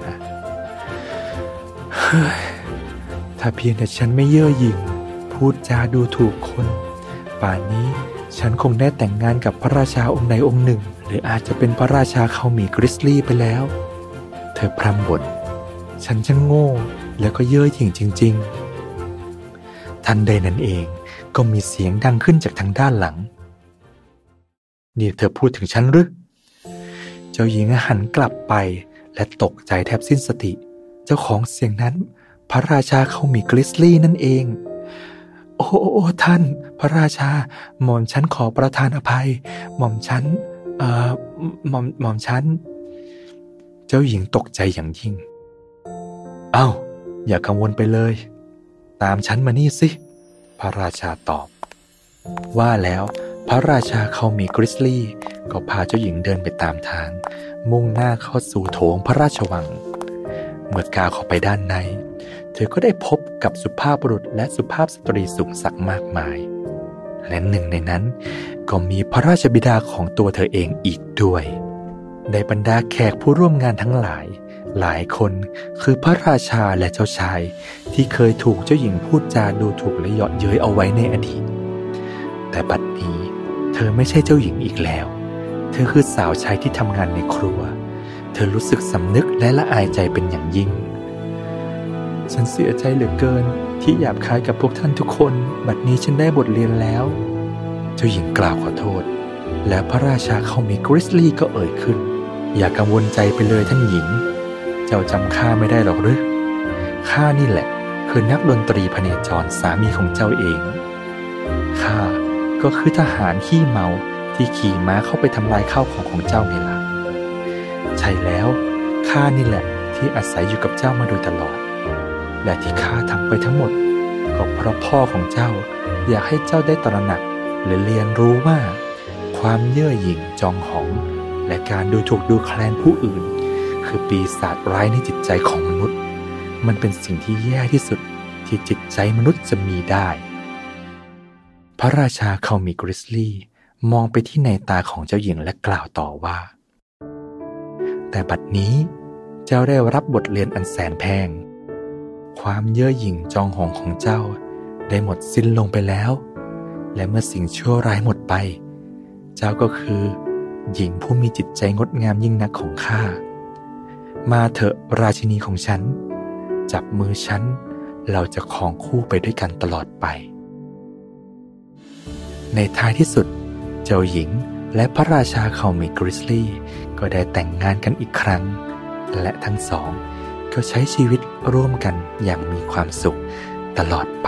S2: เฮ้ยถ้าเพียงแต่ฉันไม่เย่อหยิ่งพูดจาดูถูกคนป่านนี้ฉันคงได้แต่งงานกับพระราชาองค์ใดองค์หนึ่งหรืออาจจะเป็นพระราชาเขาหมีกริสลี่ไปแล้วเธอพร่ำบ่นฉันช่างโง่แล้วก็เย่อหยิ่งจริงๆทันใดนั้นเองก็มีเสียงดังขึ้นจากทางด้านหลังนี่เธอพูดถึงฉันหรือเจ้าหญิงหันกลับไปและตกใจแทบสิ้นสติเจ้าของเสียงนั้นพระราชาเขาหมีกริสลี่นั่นเองโอ้โอ้ท่านพระราชาหม่อมฉันขอประทานอภัยหม่อมฉันเอ่อหม่อมหม่อมฉันเจ้าหญิงตกใจอย่างยิ่งเอ้าอย่ากังวลไปเลยตามฉันมานี่สิพระราชาตอบว่าแล้วพระราชาเขาหมีกริสลี่ก็พาเจ้าหญิงเดินไปตามทางมุ่งหน้าเข้าสู่โถงพระราชวังเมื่อก้าวเข้าไปด้านในเธอก็ได้พบกับสุภาพบุรุษและสุภาพสตรีสูงศักดิ์มากมายและหนึ่งในนั้นก็มีพระราชบิดาของตัวเธอเองอีกด้วยในบรรดาแขกผู้ร่วมงานทั้งหลายหลายคนคือพระราชาและเจ้าชายที่เคยถูกเจ้าหญิงพูดจาดูถูกและเยาะเย้ยเอาไว้ในอดีตแต่บัดนี้เธอไม่ใช่เจ้าหญิงอีกแล้วเธอคือสาวใช้ที่ทำงานในครัวเธอรู้สึกสำนึกและละอายใจเป็นอย่างยิ่งฉันเสียใจเหลือเกินที่หยาบคายกับพวกท่านทุกคนบัดนี้ฉันได้บทเรียนแล้วเจ้าหญิงกล่าวขอโทษและพระราชาเขามีกริสลี่ก็เอ่ยขึ้นอย่ากังวลใจไปเลยท่านหญิงเจ้าจำข้าไม่ได้หรอกหรือข้านี่แหละคือนักดนตรีพเนจรสามีของเจ้าเองข้าก็คือทหารขี้เมาที่ขี่ม้าเข้าไปทำลายข้าวของของเจ้าไงล่ะใช่แล้วข้านี่แหละที่อาศัยอยู่กับเจ้ามาโดยตลอดและที่ข้าทำไปทั้งหมดก็เพราะพ่อของเจ้าอยากให้เจ้าได้ตระหนักและเรียนรู้ว่าความเย่อหยิ่งจองหองและการดูถูกดูแคลนผู้อื่นคือปีศาจร้ายในจิตใจของมนุษย์มันเป็นสิ่งที่แย่ที่สุดที่จิตใจมนุษย์จะมีได้พระราชาเขามีกริสลี่มองไปที่ในตาของเจ้าหญิงและกล่าวต่อว่าแต่บัดนี้เจ้าได้รับบทเรียนอันแสนแพงความเย่อหยิ่งจองหองของเจ้าได้หมดสิ้นลงไปแล้วและเมื่อสิ่งชั่วร้ายหมดไปเจ้าก็คือหญิงผู้มีจิตใจงดงามยิ่งนักของข้ามาเถอะราชินีของฉันจับมือฉันเราจะครองคู่ไปด้วยกันตลอดไปในท้ายที่สุดเจ้าหญิงและพระราชาเขามีกริสลี่ก็ได้แต่งงานกันอีกครั้งและทั้งสองก็ใช้ชีวิตร่วมกันอย่างมีความสุขตลอดไป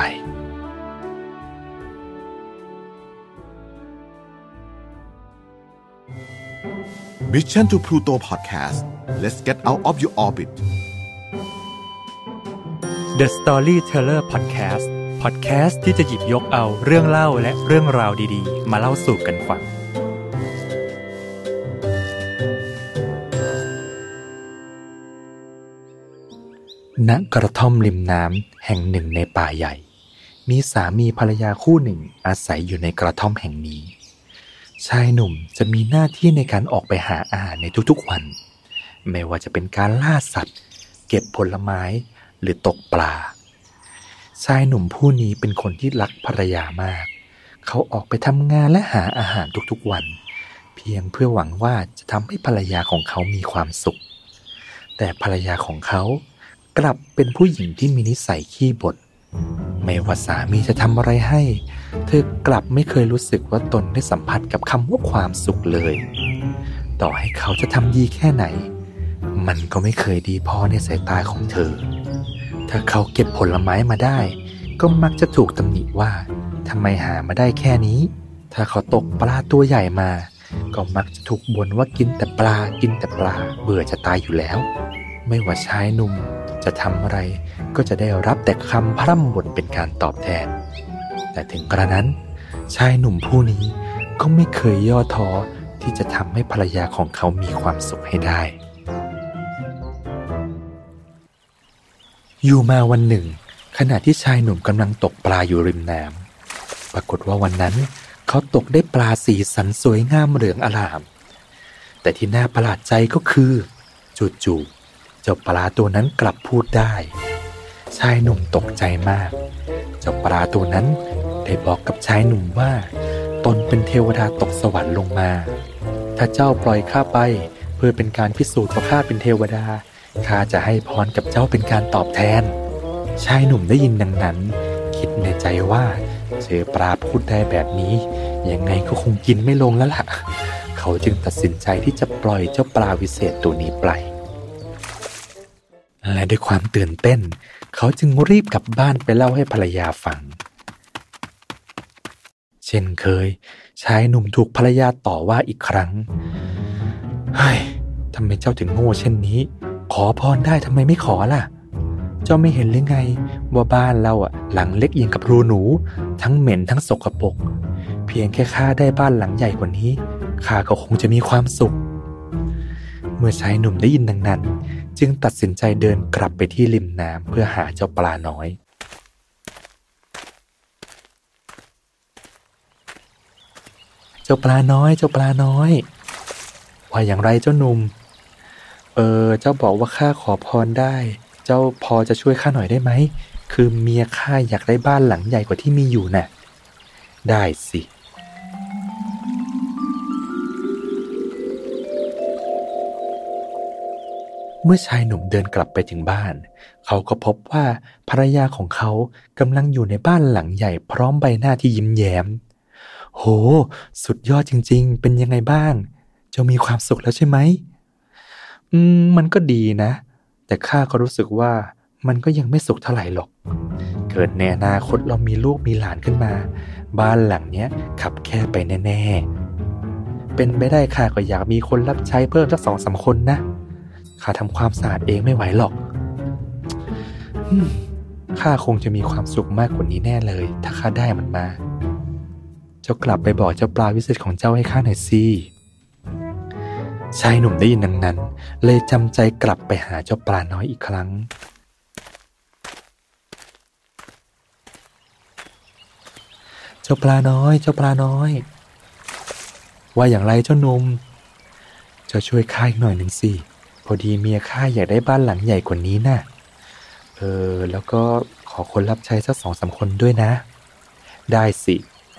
S1: Mission to Pluto Podcast Let's get out of your orbit
S2: The Storyteller Podcast Podcast ที่จะหยิบยกเอาเรื่องเล่าและเรื่องราวดีๆมาเล่าสู่กันฟังณกระท่อมริมน้ำแห่งหนึ่งในป่าใหญ่มีสามีภรรยาคู่หนึ่งอาศัยอยู่ในกระท่อมแห่งนี้ชายหนุ่มจะมีหน้าที่ในการออกไปหาอาหารในทุกๆวันไม่ว่าจะเป็นการล่าสัตว์เก็บผลไม้หรือตกปลาชายหนุ่มผู้นี้เป็นคนที่รักภรรยามากเขาออกไปทำงานและหาอาหารทุกๆวันเพียงเพื่อหวังว่าจะทำให้ภรรยาของเขามีความสุขแต่ภรรยาของเขากลับเป็นผู้หญิงที่มีนิสัยขี้บ่นไม่ว่าสามีจะทำอะไรให้เธอกลับไม่เคยรู้สึกว่าตนได้สัมผัสกับคำว่าความสุขเลยต่อให้เขาจะทำดีแค่ไหนมันก็ไม่เคยดีพอในสายตาของเธอถ้าเขาเก็บผลไม้มาได้ก็มักจะถูกตำหนิว่าทำไมหามาได้แค่นี้ถ้าเขาตกปลาตัวใหญ่มาก็มักจะถูกบ่นว่ากินแต่ปลากินแต่ปลาเบื่อจะตายอยู่แล้วไม่ว่าชายหนุ่มจะทำอะไรก็จะได้รับแต่คำพร่ำบ่นเป็นการตอบแทนแต่ถึงกระนั้นชายหนุ่มผู้นี้ก็ไม่เคยย่อท้อที่จะทำให้ภรรยาของเขามีความสุขให้ได้อยู่มาวันหนึ่งขณะที่ชายหนุ่มกำลังตกปลาอยู่ริมน้ำปรากฏว่าวันนั้นเขาตกได้ปลาสีสันสวยงามเหลืองอลามแต่ที่น่าประหลาดใจก็คือจู่ๆเจ้าปลาตัวนั้นกลับพูดได้ชายหนุ่มตกใจมากเจ้าปลาตัวนั้นได้บอกกับชายหนุ่มว่าตนเป็นเทวดาตกสวรรค์ลงมาถ้าเจ้าปล่อยข้าไปเพื่อเป็นการพิสูจน์ว่าข้าเป็นเทวดาข้าจะให้พรกับเจ้าเป็นการตอบแทนชายหนุ่มได้ยินดังนั้นคิดในใจว่าเจอปลาพูดได้แบบนี้ยังไงก็คงกินไม่ลงแล้วล่ะเขาจึงตัดสินใจที่จะปล่อยเจ้าปลาวิเศษตัวนี้ไปและด้วยความตื่นเต้นเขาจึงรีบกลับบ้านไปเล่าให้ภรรยาฟังเช่นเคยชายหนุ่มถูกภรรยาต่อว่าอีกครั้งเฮ้ยทำไมเจ้าถึงโง่เช่นนี้ขอพรได้ทำไมไม่ขอล่ะเจ้าไม่เห็นหรือไงว่าบ้านเราอ่ะหลังเล็กอย่างกับรูหนูทั้งเหม็นทั้งสกปรกเพียงแค่ข้าได้บ้านหลังใหญ่กว่านี้ข้าก็คงจะมีความสุขเมื่อชายหนุ่มได้ยินดังนั้นจึงตัดสินใจเดินกลับไปที่ริมน้ำเพื่อหาเจ้าปลาน้อยเจ้าปลาน้อยเจ้าปลาน้อยว่าอย่างไรเจ้าหนุ่มเออเจ้าบอกว่าข้าขอพรได้เจ้าพอจะช่วยข้าหน่อยได้ไหมคือเมียข้าอยากได้บ้านหลังใหญ่กว่าที่มีอยู่น่ะได้สิมื่อชายหนุ่มเดินกลับไปถึงบ้านเขาก็พบว่าภรรยาของเขากำลังอยู่ในบ้านหลังใหญ่พร้อมใบหน้าที่ยิ้มแย้มโหสุดยอดจริงๆเป็นยังไงบ้างเจ้ามีความสุขแล้วใช่ไหมอืมมันก็ดีนะแต่ข้าก็รู้สึกว่ามันก็ยังไม่สุขเท่าไหร่หรอกเกิดในอนาคตเรามีลูกมีหลานขึ้นมาบ้านหลังเนี้ยขับแคบไปแน่ๆเป็นไปได้ข้าก็อยากมีคนรับใช้เพิ่มสักสองสามคนนะข้าทำความสะอาดเองไม่ไหวหรอกข้าคงจะมีความสุขมากกว่านี้แน่เลยถ้าข้าได้มันมาเจ้ากลับไปบอกเจ้าปลาวิเศษของเจ้าให้ข้าหน่อยสิชายหนุ่มได้ยินดังนั้นเลยจำใจกลับไปหาเจ้าปลาน้อยอีกครั้งเจ้าปลาน้อยเจ้าปลาน้อยว่าอย่างไรเจ้าหนุ่มเจ้าช่วยข้าอีกหน่อยหนึ่งสิพอดีเมียข้าอยากได้บ้านหลังใหญ่กว่านี้น่ะเออแล้วก็ขอคนรับใช้สักสองสามคนด้วยนะได้สิ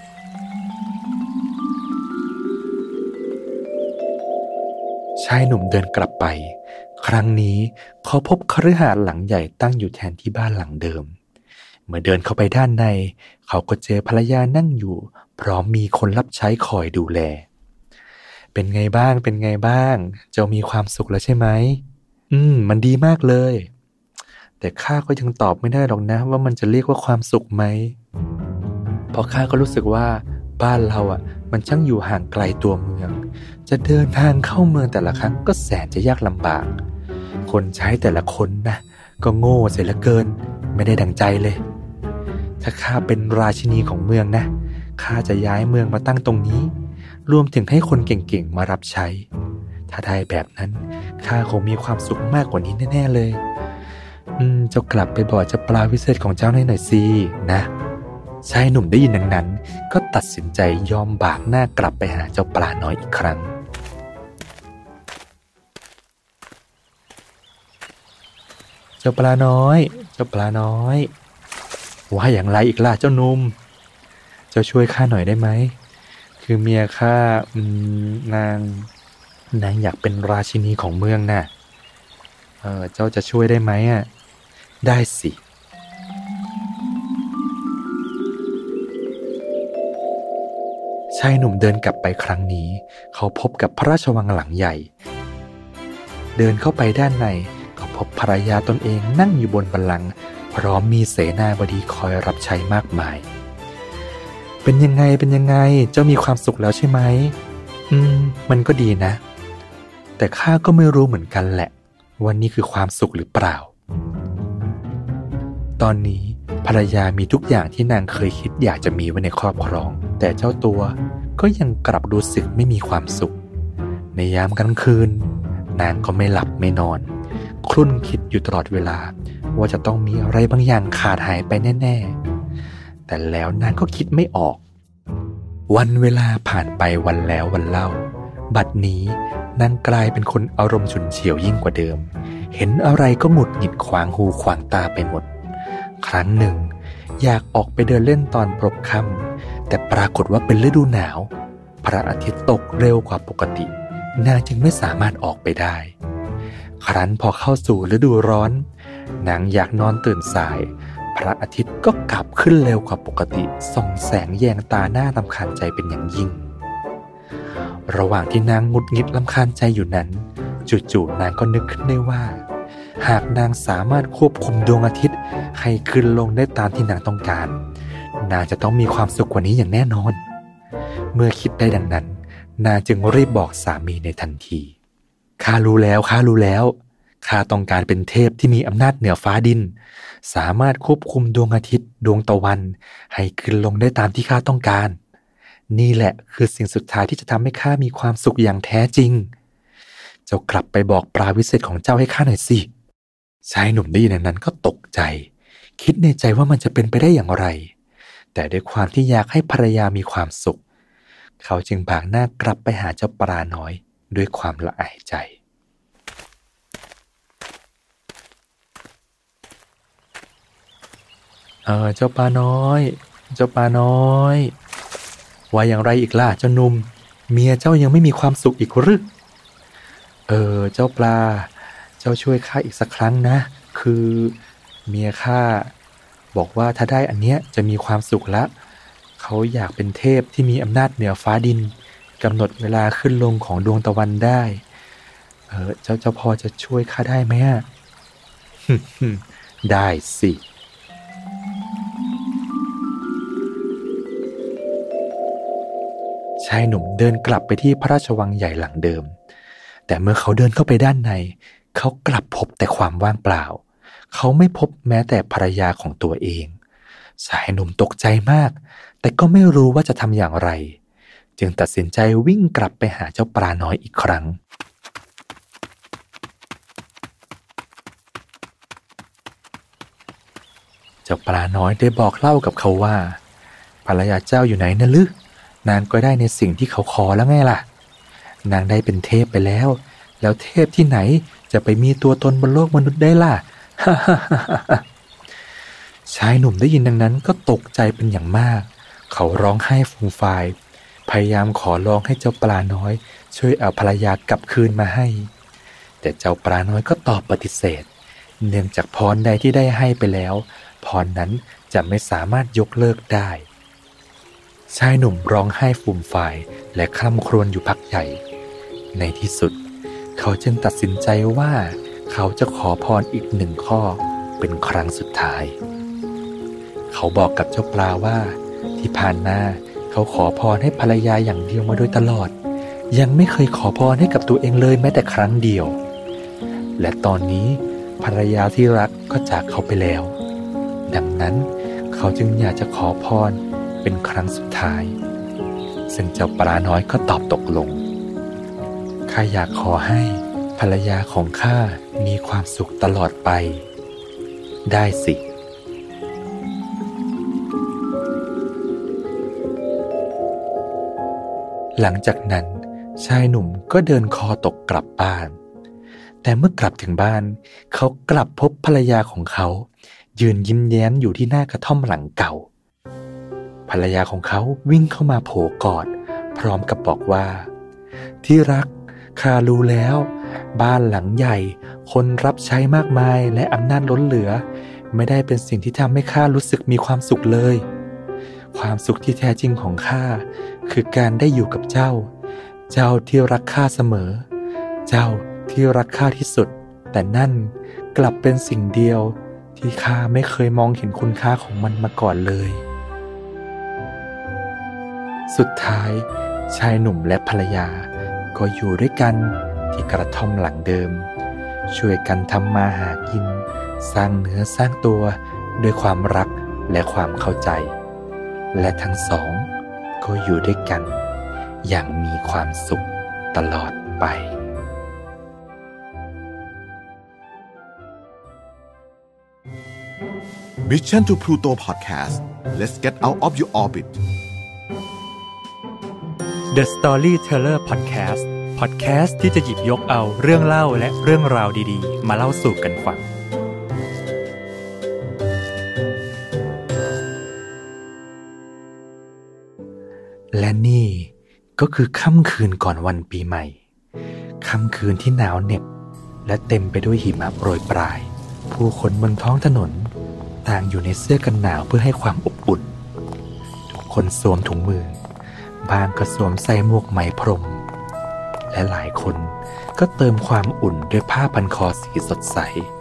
S2: ชายหนุ่มเดินกลับไปครั้งนี้เขาพบคฤหาสน์หลังใหญ่ตั้งอยู่แทนที่บ้านหลังเดิมเมื่อเดินเข้าไปด้านในเขาก็เจอภรรยานั่งอยู่พร้อมมีคนรับใช้คอยดูแลเป็นไงบ้างเป็นไงบ้างเจ้ามีความสุขแล้วใช่ไหมอืมมันดีมากเลยแต่ข้าก็ยังตอบไม่ได้หรอกนะว่ามันจะเรียกว่าความสุขไหมเพราะข้าก็รู้สึกว่าบ้านเราอ่ะมันช่างอยู่ห่างไกลตัวเมืองจะเดินทางเข้าเมืองแต่ละครั้งก็แสนจะยากลำบากคนใช้แต่ละคนนะก็โง่เสียเหลือเกินไม่ได้ดังใจเลยถ้าข้าเป็นราชินีของเมืองนะข้าจะย้ายเมืองมาตั้งตรงนี้รวมถึงให้คนเก่งๆมารับใช้ถ้าได้แบบนั้นข้าคงมีความสุขมากกว่านี้แน่ๆเลยอืมเจ้ากลับไปบอกเจ้าปลาวิเศษของเจ้าหน่อยสินะชายหนุ่มได้ยินดังนั้นก็ตัดสินใจยอมบากหน้ากลับไปหาเจ้าปลาน้อยอีกครั้งเจ้าปลาน้อยเจ้าปลาน้อยว่าอย่างไรอีกล่ะเจ้าหนุ่มเจ้าช่วยข้าหน่อยได้ไหมคือเมียข้าอืมนางนางอยากเป็นราชินีของเมืองน่ะเออเจ้าจะช่วยได้ไหมอ่ะได้สิชายหนุ่มเดินกลับไปครั้งนี้เขาพบกับพระราชวังหลังใหญ่เดินเข้าไปด้านในก็พบภรรยาตนเองนั่งอยู่บนบัลลังก์พร้อมมีเสนาบดีคอยรับใช้มากมายเป็นยังไงเป็นยังไงเจ้ามีความสุขแล้วใช่ไหมอืมมันก็ดีนะแต่ข้าก็ไม่รู้เหมือนกันแหละว่านี่คือความสุขหรือเปล่าตอนนี้ภรรยามีทุกอย่างที่นางเคยคิดอยากจะมีไว้ในครอบครองแต่เจ้าตัวก็ยังกลับรู้สึกไม่มีความสุขในยามกลางคืนนางก็ไม่หลับไม่นอนครุ่นคิดอยู่ตลอดเวลาว่าจะต้องมีอะไรบางอย่างขาดหายไปแน่ๆแต่แล้วนางก็คิดไม่ออกวันเวลาผ่านไปวันแล้ววันเล่าบัดนี้นางกลายเป็นคนอารมณ์ฉุนเฉียวยิ่งกว่าเดิมเห็นอะไรก็หงุดหงิดขวางหูขวางตาไปหมดครั้งหนึ่งอยากออกไปเดินเล่นตอนพลบค่ำแต่ปรากฏว่าเป็นฤดูหนาวพระอาทิตย์ตกเร็วกว่าปกตินางจึงไม่สามารถออกไปได้ครั้นพอเข้าสู่ฤดูร้อนนางอยากนอนตื่นสายพระอาทิตย์ก็กลับขึ้นเร็วกว่าปกติส่องแสงแยงตาหน้ารำคาญใจเป็นอย่างยิ่งระหว่างที่นางหงุดหงิดรำคาญใจอยู่นั้นจู่ๆนางก็นึกขึ้นได้ว่าหากนางสามารถควบคุมดวงอาทิตย์ให้ขึ้นลงได้ตามที่นางต้องการนางจะต้องมีความสุขกว่านี้อย่างแน่นอนเมื่อคิดได้ดังนั้นนางจึงรีบบอกสามีในทันทีข้ารู้แล้วข้ารู้แล้วข้าต้องการเป็นเทพที่มีอำนาจเหนือฟ้าดินสามารถควบคุมดวงอาทิตย์ดวงตะวันให้ขึ้นลงได้ตามที่ข้าต้องการนี่แหละคือสิ่งสุดท้ายที่จะทำให้ข้ามีความสุขอย่างแท้จริงเจ้ากลับไปบอกปลาวิเศษของเจ้าให้ข้าหน่อยสิชายหนุ่มได้ยินนั้นก็ตกใจคิดในใจว่ามันจะเป็นไปได้อย่างไรแต่ด้วยความที่อยากให้ภรรยามีความสุขเขาจึงบากหน้ากลับไปหาเจ้าปลาน้อยด้วยความละอายใจเออเจ้าปลาน้อยเจ้าปลาน้อยว่าอย่างไรอีกล่ะเจ้าหนุ่มเมียเจ้ายังไม่มีความสุขอีกหรือเออเจ้าปลาเจ้าช่วยข้าอีกสักครั้งนะคือเมียข้าบอกว่าถ้าได้อันเนี้ยจะมีความสุขละเขาอยากเป็นเทพที่มีอำนาจเหนือฟ้าดินกำหนดเวลาขึ้นลงของดวงตะวันได้เออเจ้าเจ้าพอจะช่วยข้าได้ไหมอ่ะ ได้สิชายหนุ่มเดินกลับไปที่พระราชวังใหญ่หลังเดิมแต่เมื่อเขาเดินเข้าไปด้านในเขากลับพบแต่ความว่างเปล่าเขาไม่พบแม้แต่ภรรยาของตัวเองชายหนุ่มตกใจมากแต่ก็ไม่รู้ว่าจะทำอย่างไรจึงตัดสินใจวิ่งกลับไปหาเจ้าปลาน้อยอีกครั้งเจ้าปลาน้อยได้บอกเล่ากับเขาว่าภรรยาเจ้าอยู่ไหนนะลึกนางก็ได้ในสิ่งที่เขาขอแล้วไงล่ะนางได้เป็นเทพไปแล้วแล้วเทพที่ไหนจะไปมีตัวตนบนโลกมนุษย์ได้ล่ะ ชายหนุ่มได้ยินดังนั้นก็ตกใจเป็นอย่างมากเขาร้องไห้ฟูมฟายพยายามขอร้องให้เจ้าปลาน้อยช่วยเอาภรรยากลับคืนมาให้แต่เจ้าปลาน้อยก็ตอบปฏิเสธเนื่องจากพรใดที่ได้ให้ไปแล้วพรนั้นจะไม่สามารถยกเลิกได้ชายหนุ่มร้องไห้ฟูมฟายและคร่ำครวญอยู่พักใหญ่ในที่สุดเขาจึงตัดสินใจว่าเขาจะขอพรอีกหนึ่งข้อเป็นครั้งสุดท้ายเขาบอกกับเจ้าปลาว่าที่ผ่านมาเขาขอพรให้ภรรยาอย่างเดียวมาโดยตลอดยังไม่เคยขอพรให้กับตัวเองเลยแม้แต่ครั้งเดียวและตอนนี้ภรรยาที่รักก็จากเขาไปแล้วดังนั้นเขาจึงอยากจะขอพรเป็นครั้งสุดท้ายซึ่งเจ้าปลาน้อยก็ตอบตกลงข้าอยากขอให้ภรรยาของข้ามีความสุขตลอดไปได้สิหลังจากนั้นชายหนุ่มก็เดินคอตกกลับบ้านแต่เมื่อกลับถึงบ้านเขากลับพบภรรยาของเขายืนยิ้มแย้มอยู่ที่หน้ากระท่อมหลังเก่าภรรยาของเขาวิ่งเข้ามาโผกอดพร้อมกับบอกว่าที่รักข้ารู้แล้วบ้านหลังใหญ่คนรับใช้มากมายและอำนาจล้นเหลือไม่ได้เป็นสิ่งที่ทำให้ข้ารู้สึกมีความสุขเลยความสุขที่แท้จริงของข้าคือการได้อยู่กับเจ้าเจ้าที่รักข้าเสมอเจ้าที่รักข้าที่สุดแต่นั่นกลับเป็นสิ่งเดียวที่ข้าไม่เคยมองเห็นคุณค่าของมันมาก่อนเลยสุดท้ายชายหนุ่มและภรรยาก็อยู่ด้วยกันที่กระท่อมหลังเดิมช่วยกันทำมาหากินสร้างเนื้อสร้างตัวด้วยความรักและความเข้าใจและทั้งสองก็อยู่ด้วยกันอย่างมีความสุขตลอดไป
S1: Mission to Pluto Podcast Let's get out of your orbit
S3: The Storyteller Podcast Podcast ที่จะหยิบยกเอาเรื่องเล่าและเรื่องราวดีๆมาเล่าสู่กันฟัง
S2: และนี่ก็คือค่ำคืนก่อนวันปีใหม่ค่ำคืนที่หนาวเหน็บและเต็มไปด้วยหิมะโปรยปลายผู้คนบนท้องถนนต่างอยู่ในเสื้อกันหนาวเพื่อให้ความอบอุ่นทุกคนสวมถุงมือบางก็สวมใส่หมวกไหมพรมและหลายคนก็เติมความอุ่นด้วยผ้าพันคอสีสดใส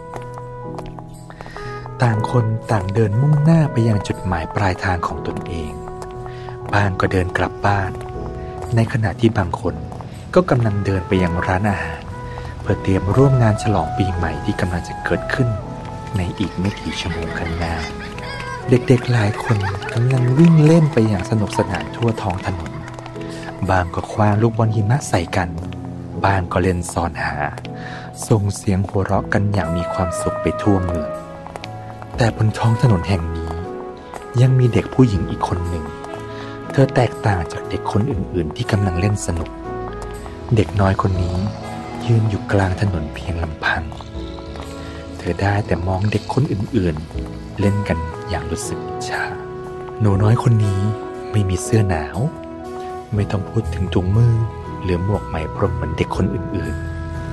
S2: ต่างคนต่างเดินมุ่งหน้าไปยังจุดหมายปลายทางของตนเองบางก็เดินกลับบ้านในขณะที่บางคนก็กำลังเดินไปยังร้านอาหารเพื่อเตรียมร่วมงานฉลองปีใหม่ที่กำลังจะเกิดขึ้นในอีกไม่กี่ชั่วโมงข้างหน้าเด็กๆหลายคนกำลังวิ่งเล่นไปอย่างสนุกสนานทั่วท้องถนนบางก็คว้างลูกบอลหิมะใส่กันบางก็เล่นซ่อนหาส่งเสียงหัวเราะกันอย่างมีความสุขไปทั่วเมืองแต่บนท้องถนนแห่งนี้ยังมีเด็กผู้หญิงอีกคนหนึ่งเธอแตกต่างจากเด็กคนอื่นๆที่กำลังเล่นสนุกเด็กน้อยคนนี้ยืนอยู่กลางถนนเพียงลำพังเธอได้แต่มองเด็กคนอื่นๆเล่นกันอย่างรู้สึกอิจฉาหนูน้อยคนนี้ไม่มีเสื้อหนาวไม่ต้องพูดถึงถุงมือหรือหมวกไหมพรมเหมือนเด็กคนอื่น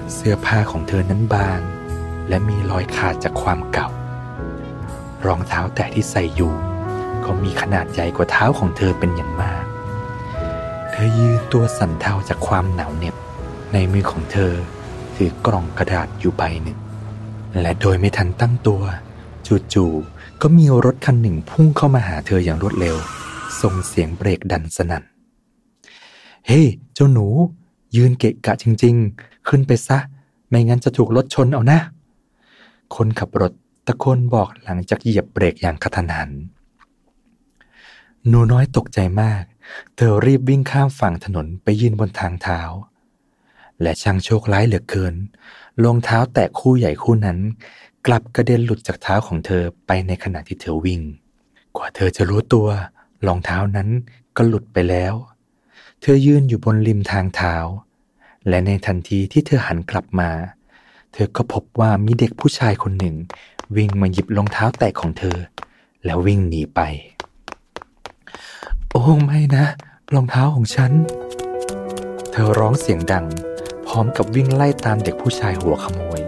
S2: เสื้อผ้าของเธอนั้นบางและมีรอยขาดจากความเก่ารองเท้าแตะที่ใส่อยู่ก็มีขนาดใหญ่กว่าเท้าของเธอเป็นอย่างมากเธอยืนตัวสั่นเทาจากความหนาวเหน็บในมือของเธอถือกล่องกระดาษอยู่ใบหนึ่งและโดยไม่ทันตั้งตัวจู่ๆก็มีรถคันหนึ่งพุ่งเข้ามาหาเธออย่างรวดเร็วส่งเสียงเบรกดันสนั่นเฮ้ย hey, เจ้าหนูยืนเกะกะจริงๆขึ้นไปซะไม่งั้นจะถูกรถชนเอานะคนขับรถตะโกนบอกหลังจากเหยียบเบรกอย่างกระทันหันหนูน้อยตกใจมากเธอรีบวิ่งข้ามฝั่งถนนไปยืนบนทางเท้าและช่างโชคร้ายเหลือเกินรองเท้าแตะคู่ใหญ่คู่นั้นกลับกระเด็นหลุดจากเท้าของเธอไปในขณะที่เธอวิ่งกว่าเธอจะรู้ตัวรองเท้านั้นก็หลุดไปแล้วเธอยืนอยู่บนริมทางเท้าและในทันทีที่เธอหันกลับมาเธอก็พบว่ามีเด็กผู้ชายคนหนึ่งวิ่งมาหยิบรองเท้าแตะของเธอแล้ววิ่งหนีไปโอ้ไม่นะรองเท้าของฉันเธอร้องเสียงดังพร้อมกับวิ่งไล่ตามเด็กผู้ชายหัวขโมย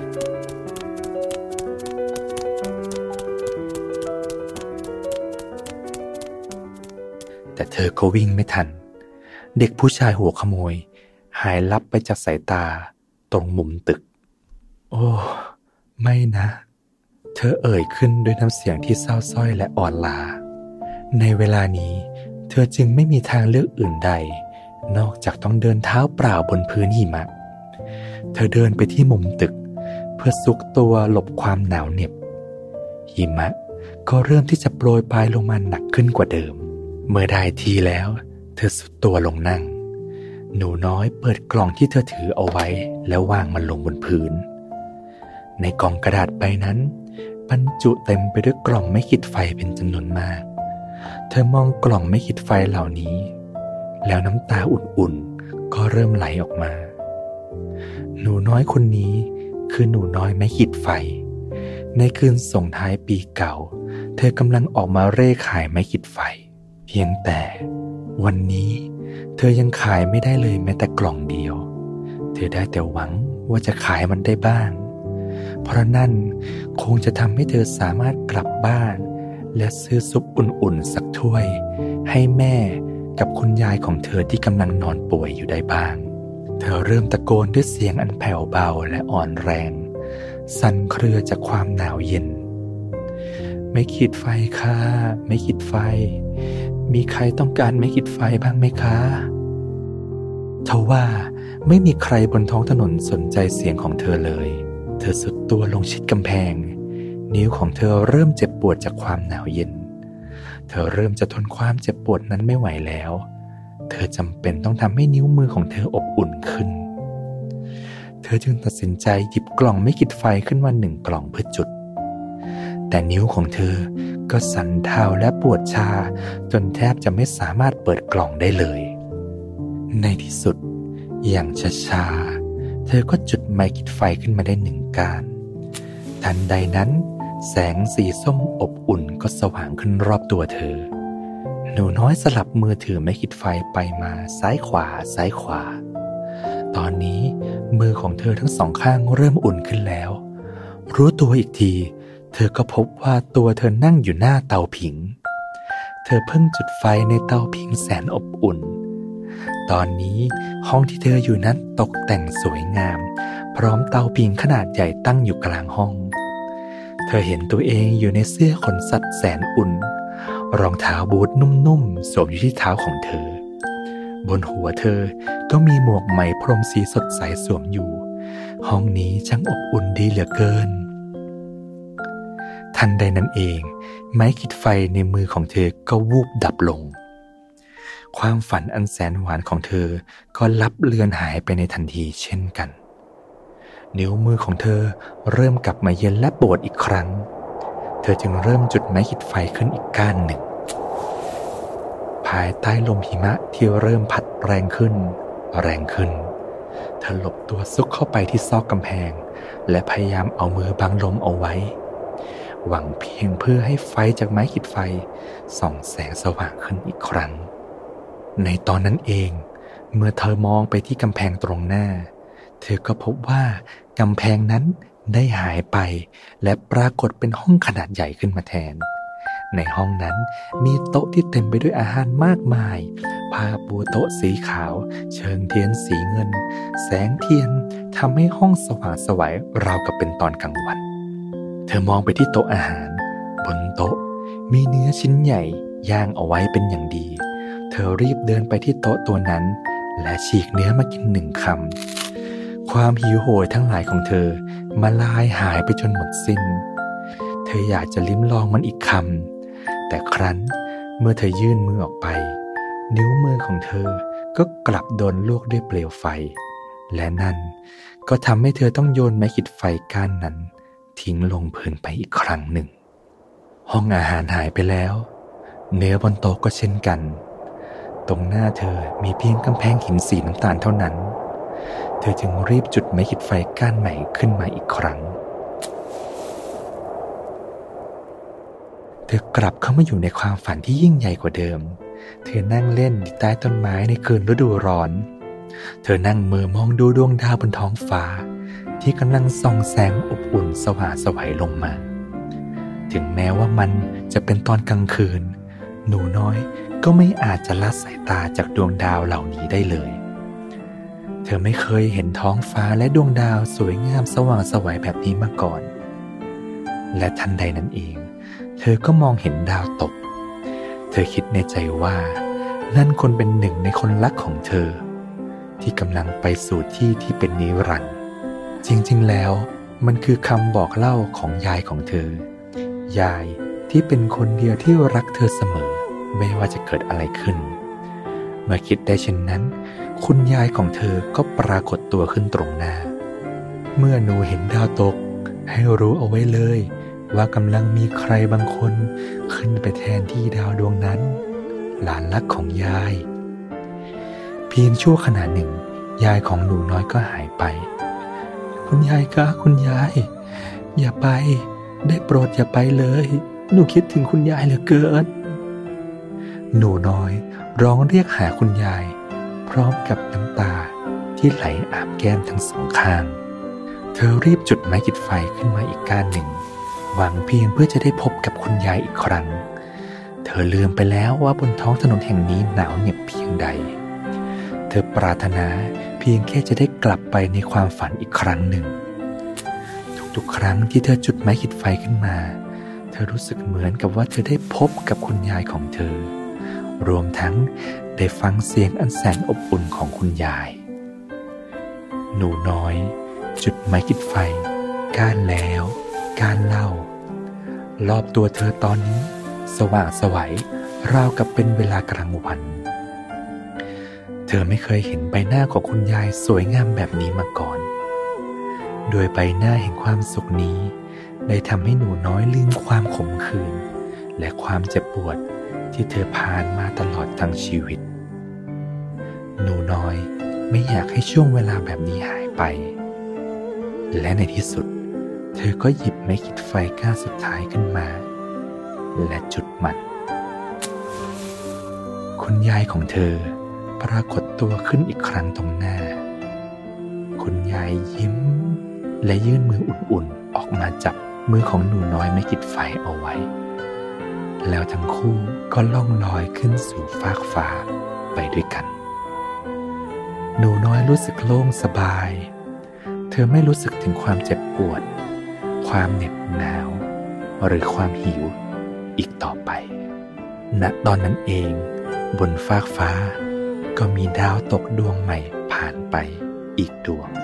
S2: แต่เธอก็วิ่งไม่ทันเด็กผู้ชายหัวขโมยหายลับไปจากสายตาตรงมุมตึกโอ้ไม่นะเธอเอ่ยขึ้นด้วยน้ำเสียงที่เศร้าส้อยและอ่อนล้าในเวลานี้เธอจึงไม่มีทางเลือกอื่นใดนอกจากต้องเดินเท้าเปล่าบนพื้นหิมะเธอเดินไปที่มุมตึกเพื่อซุกตัวหลบความหนาวเหน็บหิมะก็เริ่มที่จะโปรยปลายลงมาหนักขึ้นกว่าเดิมเมื่อได้ทีแล้วเธอสุดตัวลงนั่งหนูน้อยเปิดกล่องที่เธอถือเอาไว้แล้ววางมันลงบนพื้นในกล่องกระดาษใบนั้นบรรจุเต็มไปด้วยกล่องไม่ขีดไฟเป็นจำนวนมากเธอมองกล่องไม่ขีดไฟเหล่านี้แล้วน้ำตาอุ่นๆก็เริ่มไหลออกมาหนูน้อยคนนี้คือหนูน้อยไม่ขีดไฟในคืนส่งท้ายปีเก่าเธอกำลังออกมาเร่ขายไม้ขีดไฟเพียงแต่วันนี้เธอยังขายไม่ได้เลยแม้แต่กล่องเดียวเธอได้แต่หวังว่าจะขายมันได้บ้างเพราะนั่นคงจะทำให้เธอสามารถกลับบ้านและซื้อซุปอุ่นๆสักถ้วยให้แม่กับคุณยายของเธอที่กำลังนอนป่วยอยู่ได้บ้างเธอเริ่มตะโกนด้วยเสียงอันแผ่วเบาและอ่อนแรงสั่นเครือจากความหนาวเย็นไม่ขีดไฟค่ะไม่ขีดไฟมีใครต้องการไม่ขีดไฟบ้างไหมคะทว่าไม่มีใครบนท้องถนนสนใจเสียงของเธอเลยเธอสุดตัวลงชิดกำแพงนิ้วของเธอเริ่มเจ็บปวดจากความหนาวเย็นเธอเริ่มจะทนความเจ็บปวดนั้นไม่ไหวแล้วเธอจำเป็นต้องทำให้นิ้วมือของเธออบอุ่นขึ้นเธอจึงตัดสินใจหยิบกล่องไม่ขีดไฟขึ้นมาหนึ่งกล่องเพื่อจุดแต่นิ้วของเธอก็สั่นเทาและปวดชาจนแทบจะไม่สามารถเปิดกล่องได้เลยในที่สุดอย่างช้าๆเธอก็จุดไม้ขีดไฟขึ้นมาได้หนึ่งก้านทันใดนั้นแสงสีส้มอบอุ่นก็สว่างขึ้นรอบตัวเธอหนูน้อยสลับมือถือไม้ขีดไฟไปมาซ้ายขวาซ้ายขวาตอนนี้มือของเธอทั้งสองข้างเริ่มอุ่นขึ้นแล้วรู้ตัวอีกทีเธอก็พบว่าตัวเธอนั่งอยู่หน้าเตาผิงเธอเพิ่งจุดไฟในเตาผิงแสนอบอุ่นตอนนี้ห้องที่เธออยู่นั้นตกแต่งสวยงามพร้อมเตาผิงขนาดใหญ่ตั้งอยู่กลางห้องเธอเห็นตัวเองอยู่ในเสื้อขนสัตว์แสนอุ่นรองเท้าบูทนุ่มๆสวมอยู่ที่เท้าของเธอบนหัวเธอก็มีหมวกไหมพรมสีสดใสสวมอยู่ห้องนี้ช่างอบอุ่นดีเหลือเกินทันใดนั้นเองไม้ขีดไฟในมือของเธอก็วูบดับลงความฝันอันแสนหวานของเธอก็ลับเลือนหายไปในทันทีเช่นกันนิ้วมือของเธอเริ่มกลับมาเย็นและปวดอีกครั้งเธอจึงเริ่มจุดไม้ขีดไฟขึ้นอีกก้านหนึ่งภายใต้ลมหิมะที่เริ่มพัดแรงขึ้นแรงขึ้นเธอหลบตัวซุกเข้าไปที่ซอกกำแพงและพยายามเอามือบังลมเอาไว้หวังเพียงเพื่อให้ไฟจากไม้ขีดไฟส่องแสงสว่างขึ้นอีกครั้งในตอนนั้นเองเมื่อเธอมองไปที่กำแพงตรงหน้าเธอก็พบว่ากำแพงนั้นได้หายไปและปรากฏเป็นห้องขนาดใหญ่ขึ้นมาแทนในห้องนั้นมีโต๊ะที่เต็มไปด้วยอาหารมากมายผ้าปูโต๊ะสีขาวเชิงเทียนสีเงินแสงเทียนทำให้ห้องสว่างไสวราวกับเป็นตอนกลางวันเธอมองไปที่โต๊ะอาหารบนโต๊ะมีเนื้อชิ้นใหญ่ย่างเอาไว้เป็นอย่างดีเธอรีบเดินไปที่โต๊ะตัวนั้นและฉีกเนื้อมากินหนึ่งคำความหิวโหยทั้งหลายของเธอมาลายหายไปจนหมดสิ้นเธออยากจะลิ้มลองมันอีกคำแต่ครั้นเมื่อเธอยื่นมือออกไปนิ้วมือของเธอก็กลับโดนลวกด้วยเปลวไฟและนั่นก็ทำให้เธอต้องโยนไม้ขีดไฟก้านนั้นทิ้งลงพื้นไปอีกครั้งหนึ่งห้องอาหารหายไปแล้วเนื้อบนโต๊ะก็เช่นกันตรงหน้าเธอมีเพียงกำแพงหินสีน้ำตาลเท่านั้นเธอจึงรีบจุดไม้ขีดไฟก้านใหม่ขึ้นมาอีกครั้งเธอกลับเข้ามาอยู่ในความฝันที่ยิ่งใหญ่กว่าเดิมเธอนั่งเล่นใต้ต้นไม้ในคืนฤดูร้อนเธอนั่งเมื่อมองดูดวงดาวบนท้องฟ้าที่กำลังส่องแสงอบอุ่นสว่างไสวลงมาถึงแม้ว่ามันจะเป็นตอนกลางคืนหนูน้อยก็ไม่อาจจะละสายตาจากดวงดาวเหล่านี้ได้เลยเธอไม่เคยเห็นท้องฟ้าและดวงดาวสวยงามสว่างไสวแบบนี้มาก่อนและทันใดนั้นเองเธอก็มองเห็นดาวตกเธอคิดในใจว่านั่นคนเป็นหนึ่งในคนรักของเธอที่กำลังไปสู่ที่ที่เป็นนิรันดร์จริงๆแล้วมันคือคำบอกเล่าของยายของเธอยายที่เป็นคนเดียวที่รักเธอเสมอไม่ว่าจะเกิดอะไรขึ้นเมื่อคิดได้เช่นนั้นคุณยายของเธอก็ปรากฏตัวขึ้นตรงหน้าเมื่อหนูเห็นดาวตกให้รู้เอาไว้เลยว่ากำลังมีใครบางคนขึ้นไปแทนที่ดาวดวงนั้นหลานรักของยายเพียงชั่วขณะหนึ่งยายของหนูน้อยก็หายไปคุณยายคะคุณยายอย่าไปได้โปรดอย่าไปเลยหนูคิดถึงคุณยายเหลือเกินหนูน้อยร้องเรียกหาคุณยายพร้อมกับน้ำตาที่ไหลอาบแก้มทั้งสองข้างเธอรีบจุดไม้ขีดไฟขึ้นมาอีกก้านหนึ่งหวังเพียงเพื่อจะได้พบกับคุณยายอีกครั้งเธอลืมไปแล้วว่าบนท้องถนนแห่งนี้หนาวเหน็บเพียงใดเธอปรารถนาเพียงแค่จะได้กลับไปในความฝันอีกครั้งหนึ่งทุกๆครั้งที่เธอจุดไม้ขีดไฟขึ้นมาเธอรู้สึกเหมือนกับว่าเธอได้พบกับคุณยายของเธอรวมทั้งได้ฟังเสียงอันแสนอบอุ่นของคุณยายหนูน้อยจุดไม้ขีดไฟก้านแล้วก้านเล่ารอบตัวเธอตอนนี้สว่างไสวราวกับเป็นเวลากลางวันเธอไม่เคยเห็นใบหน้าของคุณยายสวยงามแบบนี้มาก่อนโดยใบหน้าแห่งความสุขนี้ได้ทำให้หนูน้อยลืมความขมขื่นและความเจ็บปวดที่เธอผ่านมาตลอดทั้งชีวิตหนูน้อยไม่อยากให้ช่วงเวลาแบบนี้หายไปและในที่สุดเธอก็หยิบไม้ขีดไฟก้านสุดท้ายขึ้นมาและจุดมันคุณยายของเธอปรากฏตัวขึ้นอีกครั้งตรงหน้าคุณยายยิ้มและยื่นมืออุ่นๆออกมาจับมือของหนูน้อยไม้ขีดไฟเอาไว้แล้วทั้งคู่ก็ล่องลอยขึ้นสู่ฟากฟ้าไปด้วยกันหนูน้อยรู้สึกโล่งสบายเธอไม่รู้สึกถึงความเจ็บปวดความเหน็บหนาวหรือความหิวอีกต่อไปณตอนนั้นเองบนฟากฟ้าก็มีดาวตกดวงใหม่ผ่านไปอีกดวง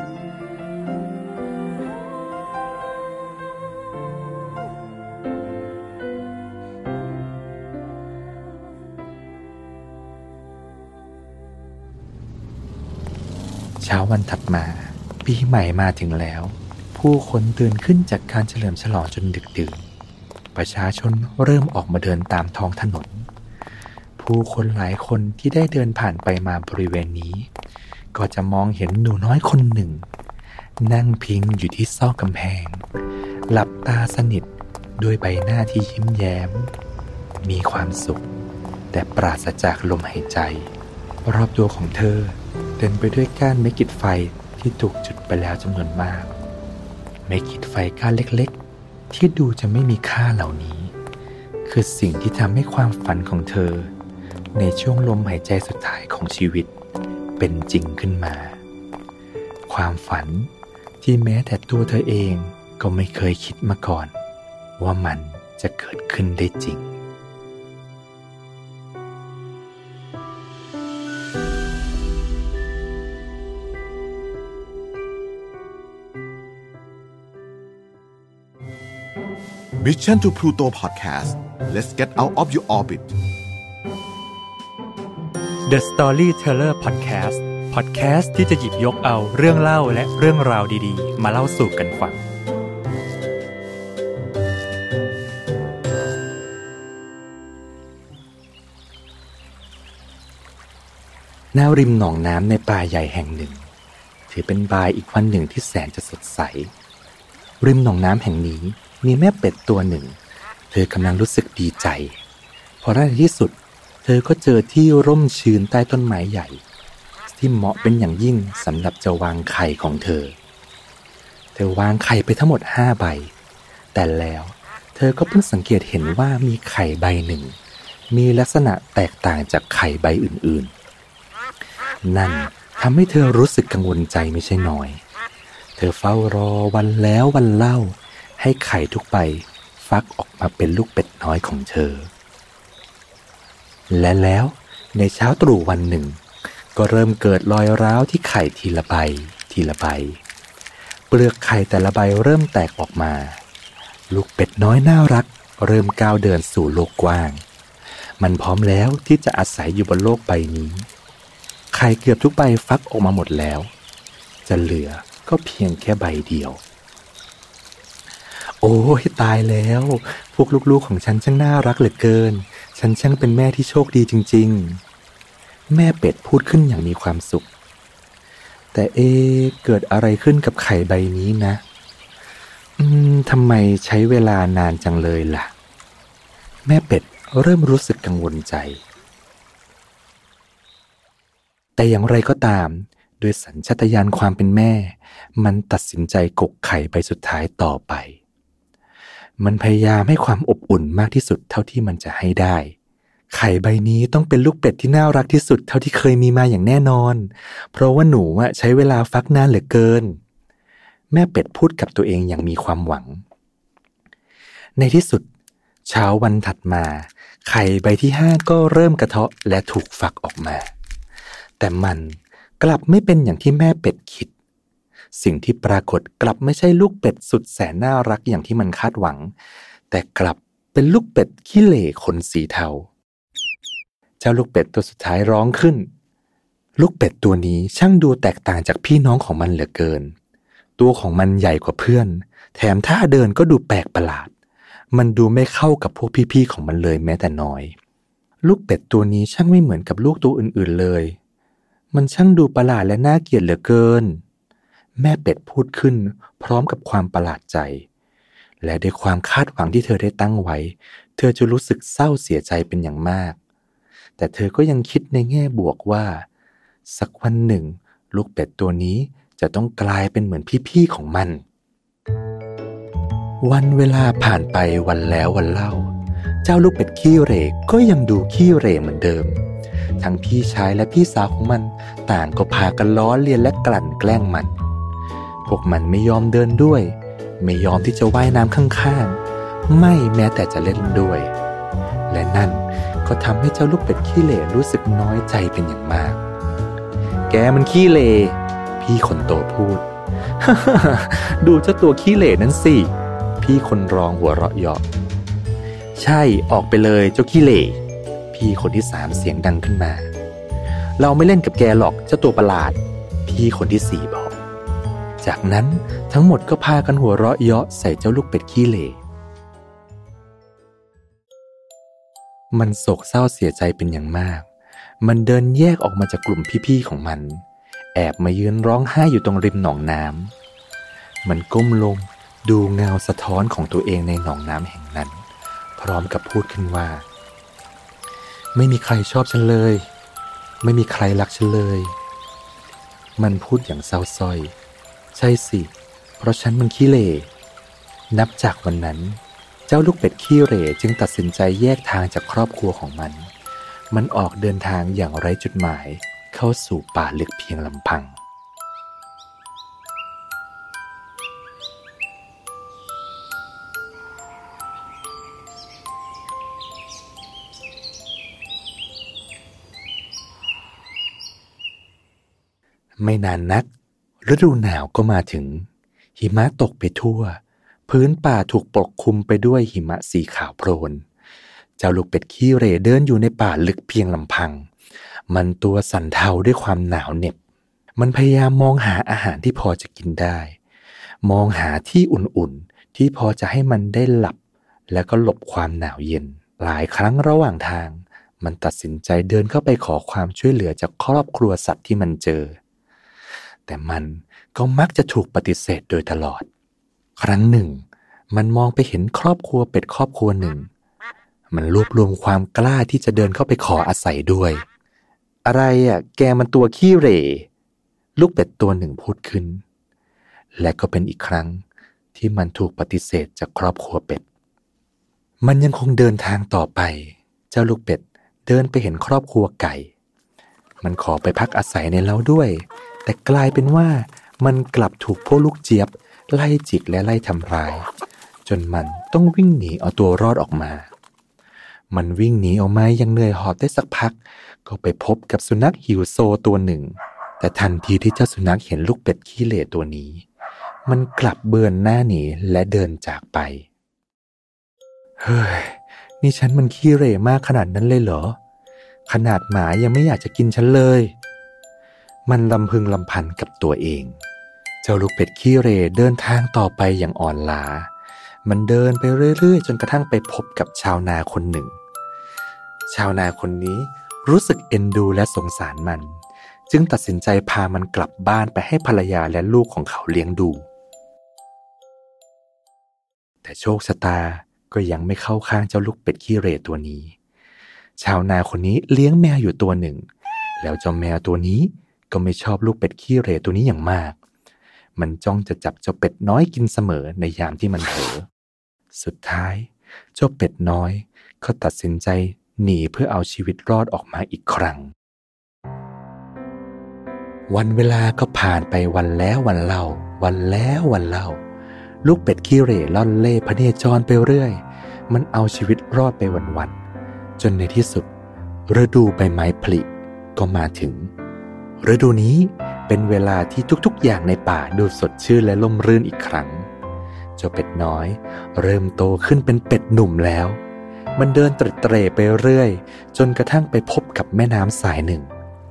S2: เช้าวันถัดมาปีใหม่มาถึงแล้วผู้คนตื่นขึ้นจากการเฉลิมฉลองจนดึกดื่นประชาชนเริ่มออกมาเดินตามท้องถนนผู้คนหลายคนที่ได้เดินผ่านไปมาบริเวณนี้ก็จะมองเห็นหนูน้อยคนหนึ่งนั่งพิงอยู่ที่ซอกกำแพงหลับตาสนิทด้วยใบหน้าที่ยิ้มแย้มมีความสุขแต่ปราศจากลมหายใจรอบตัวของเธอเต็มไปด้วยก้านไม้ขีดไฟทที่ถูกจุดไปแล้วจำนวนมากไม่คิดไฟก้านเล็กๆที่ดูจะไม่มีค่าเหล่านี้คือสิ่งที่ทำให้ความฝันของเธอในช่วงลมหายใจสุดท้ายของชีวิตเป็นจริงขึ้นมาความฝันที่แม้แต่ตัวเธอเองก็ไม่เคยคิดมาก่อนว่ามันจะเกิดขึ้นได้จริง
S1: Mission to Pluto Podcast Let's get out of your orbit
S3: The Storyteller Podcast Podcast ที่จะหยิบยกเอาเรื่องเล่าและเรื่องราวดีๆมาเล่าสู่กันฟัง
S2: ณ ริมหนองน้ำในป่าใหญ่แห่งหนึ่งถือเป็นบ่ายอีกวันหนึ่งที่แสนจะสดใสริมหนองน้ำแห่งนี้มีแม่เป็ดตัวหนึ่งเธอกำลังรู้สึกดีใจเพราะในที่สุดเธอก็เจอที่ร่มชื้นใต้ต้นไม้ใหญ่ที่เหมาะเป็นอย่างยิ่งสำหรับจะวางไข่ของเธอเธอวางไข่ไปทั้งหมดห้าใบแต่แล้วเธอก็เพิ่งสังเกตเห็นว่ามีไข่ใบหนึ่งมีลักษณะแตกต่างจากไข่ใบอื่นๆนั่นทำให้เธอรู้สึกกังวลใจไม่ใช่น้อยเธอเฝ้ารอวันแล้ววันเล่าให้ไข่ทุกใบฟักออกมาเป็นลูกเป็ดน้อยของเธอและแล้วในเช้าตรู่วันหนึ่งก็เริ่มเกิดรอยร้าวที่ไข่ทีละใบทีละใบเปลือกไข่แต่ละใบเริ่มแตกออกมาลูกเป็ดน้อยน่ารักเริ่มก้าวเดินสู่โลกกว้างมันพร้อมแล้วที่จะอาศัยอยู่บนโลกใบนี้ไข่เกือบทุกใบฟักออกมาหมดแล้วจะเหลือก็เพียงแค่ใบเดียวโอ้ยตายแล้วพวกลูกๆของฉันช่างน่ารักเหลือเกินฉันช่างเป็นแม่ที่โชคดีจริงๆแม่เป็ดพูดขึ้นอย่างมีความสุขแต่เอ๊ะเกิดอะไรขึ้นกับไข่ใบนี้นะอืมทำไมใช้เวลานานจังเลยล่ะแม่เป็ดเริ่มรู้สึกกังวลใจแต่อย่างไรก็ตามด้วยสัญชาตญาณความเป็นแม่มันตัดสินใจกกไข่ใบสุดท้ายต่อไปมันพยายามให้ความอบอุ่นมากที่สุดเท่าที่มันจะให้ได้ไข่ใบนี้ต้องเป็นลูกเป็ดที่น่ารักที่สุดเท่าที่เคยมีมาอย่างแน่นอนเพราะว่าหนูอะใช้เวลาฟักนานเหลือเกินแม่เป็ดพูดกับตัวเองอย่างมีความหวังในที่สุดเช้าวันถัดมาไข่ใบที่ห้าก็เริ่มกระเทาะและถูกฟักออกมาแต่มันกลับไม่เป็นอย่างที่แม่เป็ดคิดสิ่งที่ปรากฏกลับไม่ใช่ลูกเป็ดสุดแสนน่ารักอย่างที่มันคาดหวังแต่กลับเป็นลูกเป็ดขี้เหร่ขนสีเทาเจ้าลูกเป็ดตัวสุดท้ายร้องขึ้นลูกเป็ดตัวนี้ช่างดูแตกต่างจากพี่น้องของมันเหลือเกินตัวของมันใหญ่กว่าเพื่อนแถมท่าเดินก็ดูแปลกประหลาดมันดูไม่เข้ากับพวกพี่ๆของมันเลยแม้แต่น้อยลูกเป็ดตัวนี้ช่างไม่เหมือนกับลูกตัวอื่นๆเลยมันช่างดูประหลาดและน่าเกลียดเหลือเกินแม่เป็ดพูดขึ้นพร้อมกับความประหลาดใจและด้วยความคาดหวังที่เธอได้ตั้งไว้เธอจะรู้สึกเศร้าเสียใจเป็นอย่างมากแต่เธอก็ยังคิดในแง่บวกว่าสักวันหนึ่งลูกเป็ดตัวนี้จะต้องกลายเป็นเหมือนพี่ๆของมันวันเวลาผ่านไปวันแล้ววันเล่าเจ้าลูกเป็ดขี้เหร่ก็ยังดูขี้เหร่เหมือนเดิมทั้งพี่ชายและพี่สาวของมันต่างก็พากันล้อเลียนและกลั่นแกล้งมันพวกมันไม่ยอมเดินด้วยไม่ยอมที่จะว่ายน้ำข้างๆไม่แม้แต่จะเล่นด้วยและนั่นก็ทำให้เจ้าลูกเป็ดขี้เหร่รู้สึกน้อยใจเป็นอย่างมากแกมันขี้เหร่พี่คนโตพูด ดูเจ้าตัวขี้เหร่นั้นสิพี่คนรองหัวเราะเยาะใช่ออกไปเลยเจ้าขี้เหร่พี่คนที่สามเสียงดังขึ้นมาเราไม่เล่นกับแกหรอกเจ้าตัวประหลาดพี่คนที่สี่บอกจากนั้นทั้งหมดก็พากันหัวเราะเยาะใส่เจ้าลูกเป็ดขี้เหร่มันโศกเศร้าเสียใจเป็นอย่างมากมันเดินแยกออกมาจากกลุ่มพี่ๆของมันแอบมายืนร้องไห้อยู่ตรงริมหนองน้ำมันก้มลงดูเงาสะท้อนของตัวเองในหนองน้ำแห่งนั้นพร้อมกับพูดขึ้นว่าไม่มีใครชอบฉันเลยไม่มีใครรักฉันเลยมันพูดอย่างเศร้าส้อยใช่สิเพราะฉันมันขี้เหร่นับจากวันนั้นเจ้าลูกเป็ดขี้เหร่จึงตัดสินใจแยกทางจากครอบครัวของมันมันออกเดินทางอย่างไร้จุดหมายเข้าสู่ป่าลึกเพียงลำพังไม่นานนักฤดูหนาวก็มาถึงหิมะตกไปทั่วพื้นป่าถูกปกคลุมไปด้วยหิมะสีขาวโพลนเจ้าลูกเป็ดขี้เหร่เดินอยู่ในป่าลึกเพียงลำพังมันตัวสั่นเทาด้วยความหนาวเหน็บมันพยายามมองหาอาหารที่พอจะกินได้มองหาที่อุ่นๆที่พอจะให้มันได้หลับแล้วก็หลบความหนาวเย็นหลายครั้งระหว่างทางมันตัดสินใจเดินเข้าไปขอความช่วยเหลือจากครอบครัวสัตว์ที่มันเจอแต่มันก็มักจะถูกปฏิเสธโดยตลอดครั้งหนึ่งมันมองไปเห็นครอบครัวเป็ดครอบครัวหนึ่งมันรวบรวมความกล้าที่จะเดินเข้าไปขออาศัยด้วยอะไรอ่ะแกมันตัวขี้เหร่ลูกเป็ดตัวหนึ่งพูดขึ้นและก็เป็นอีกครั้งที่มันถูกปฏิเสธจากครอบครัวเป็ดมันยังคงเดินทางต่อไปเจ้าลูกเป็ดเดินไปเห็นครอบครัวไก่มันขอไปพักอาศัยในเล้าด้วยแต่กลายเป็นว่ามันกลับถูกพวกลูกเจี๊ยบไล่จิกและไล่ทำร้ายจนมันต้องวิ่งหนีเอาตัวรอดออกมามันวิ่งหนีออกมายังเหนื่อยหอบได้สักพักก็ไปพบกับสุนัขหิวโซตัวหนึ่งแต่ทันทีที่เจ้าสุนัขเห็นลูกเป็ดขี้เหร่ตัวนี้มันกลับเบือนหน้าหนีและเดินจากไปเฮ้ยนี่ฉันมันขี้เหร่มากขนาดนั้นเลยเหรอขนาดหมายังไม่อยากจะกินฉันเลยมันลำพึงลำพันกับตัวเองเจ้าลูกเป็ดขี้เหร่เดินทางต่อไปอย่างอ่อนล้ามันเดินไปเรื่อยๆจนกระทั่งไปพบกับชาวนาคนหนึ่งชาวนาคนนี้รู้สึกเอ็นดูและสงสารมันจึงตัดสินใจพามันกลับบ้านไปให้ภรรยาและลูกของเขาเลี้ยงดูแต่โชคชะตาก็ยังไม่เข้าข้างเจ้าลูกเป็ดขี้เหร่ตัวนี้ชาวนาคนนี้เลี้ยงแมวอยู่ตัวหนึ่งแล้วเจ้าแมวตัวนี้ก็ไม่ชอบลูกเป็ดขี้เหร่ตัวนี้อย่างมากมันจ้องจะจับเจ้าเป็ดน้อยกินเสมอในยามที่มันเผลอสุดท้ายเจ้าเป็ดน้อยก็ตัดสินใจหนีเพื่อเอาชีวิตรอดออกมาอีกครั้งวันเวลาก็ผ่านไปวันแล้ววันเล่าวันแล้ววันเล่าลูกเป็ดขี้เหร่ล่อนเล่พเนจรไปเรื่อยมันเอาชีวิตรอดไปวันๆจนในที่สุดฤดูใบไม้ผลิก็มาถึงฤดูนี้เป็นเวลาที่ทุกๆอย่างในป่าดูสดชื่นและร่มรื่นอีกครั้งเจ้าเป็ดน้อยเริ่มโตขึ้นเป็นเป็ดหนุ่มแล้วมันเดินเตร็ดเตร่ไปเรื่อยจนกระทั่งไปพบกับแม่น้ำสายหนึ่ง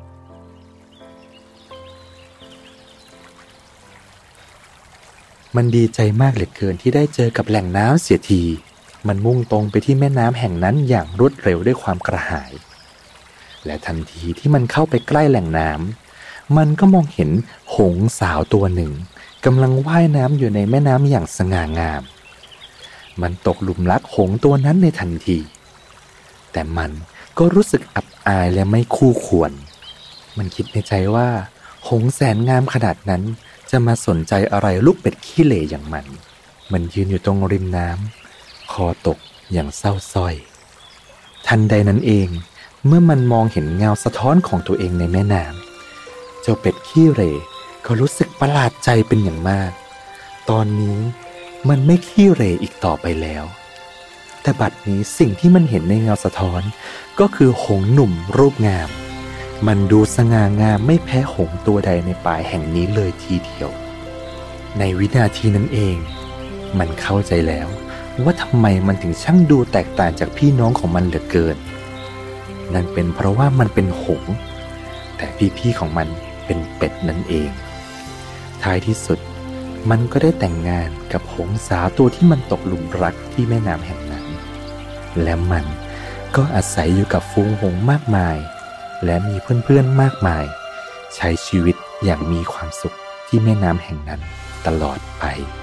S2: มันดีใจมากเหลือเกินที่ได้เจอกับแหล่งน้ำเสียทีมันมุ่งตรงไปที่แม่น้ำแห่งนั้นอย่างรวดเร็วด้วยความกระหายและทันทีที่มันเข้าไปใกล้แหล่งน้ำมันก็มองเห็นหงส์สาวตัวหนึ่งกำลังว่ายน้ำอยู่ในแม่น้ำอย่างสง่างามมันตกหลุมรักหงส์ตัวนั้นในทันทีแต่มันก็รู้สึกอับอายและไม่คู่ควรมันคิดในใจว่าหงส์แสนงามขนาดนั้นจะมาสนใจอะไรลูกเป็ดขี้เหร่อย่างมันมันยืนอยู่ตรงริมน้ำคอตกอย่างเศร้าส้อยทันใดนั้นเองเมื่อมันมองเห็นเงาสะท้อนของตัวเองในแม่น้ำเจ้าเป็ดขี้เหร่ก็รู้สึกประหลาดใจเป็นอย่างมากตอนนี้มันไม่ขี้เหร่อีกต่อไปแล้วแต่บัดนี้สิ่งที่มันเห็นในเงาสะท้อนก็คือหงส์หนุ่มรูปงามมันดูสง่างามไม่แพ้หงส์ตัวใดในป่าแห่งนี้เลยทีเดียวในวินาทีนั้นเองมันเข้าใจแล้วว่าทำไมมันถึงช่างดูแตกต่างจากพี่น้องของมันเหลือเกินนั่นเป็นเพราะว่ามันเป็นหงส์แต่พี่ๆของมันเป็นเป็ดนั่นเองท้ายที่สุดมันก็ได้แต่งงานกับหงส์สาวตัวที่มันตกหลุมรักที่แม่น้ำแห่งนั้นและมันก็อาศัยอยู่กับฝูงหงส์มากมายและมีเพื่อนๆมากมายใช้ชีวิตอย่างมีความสุขที่แม่น้ำแห่งนั้นตลอดไป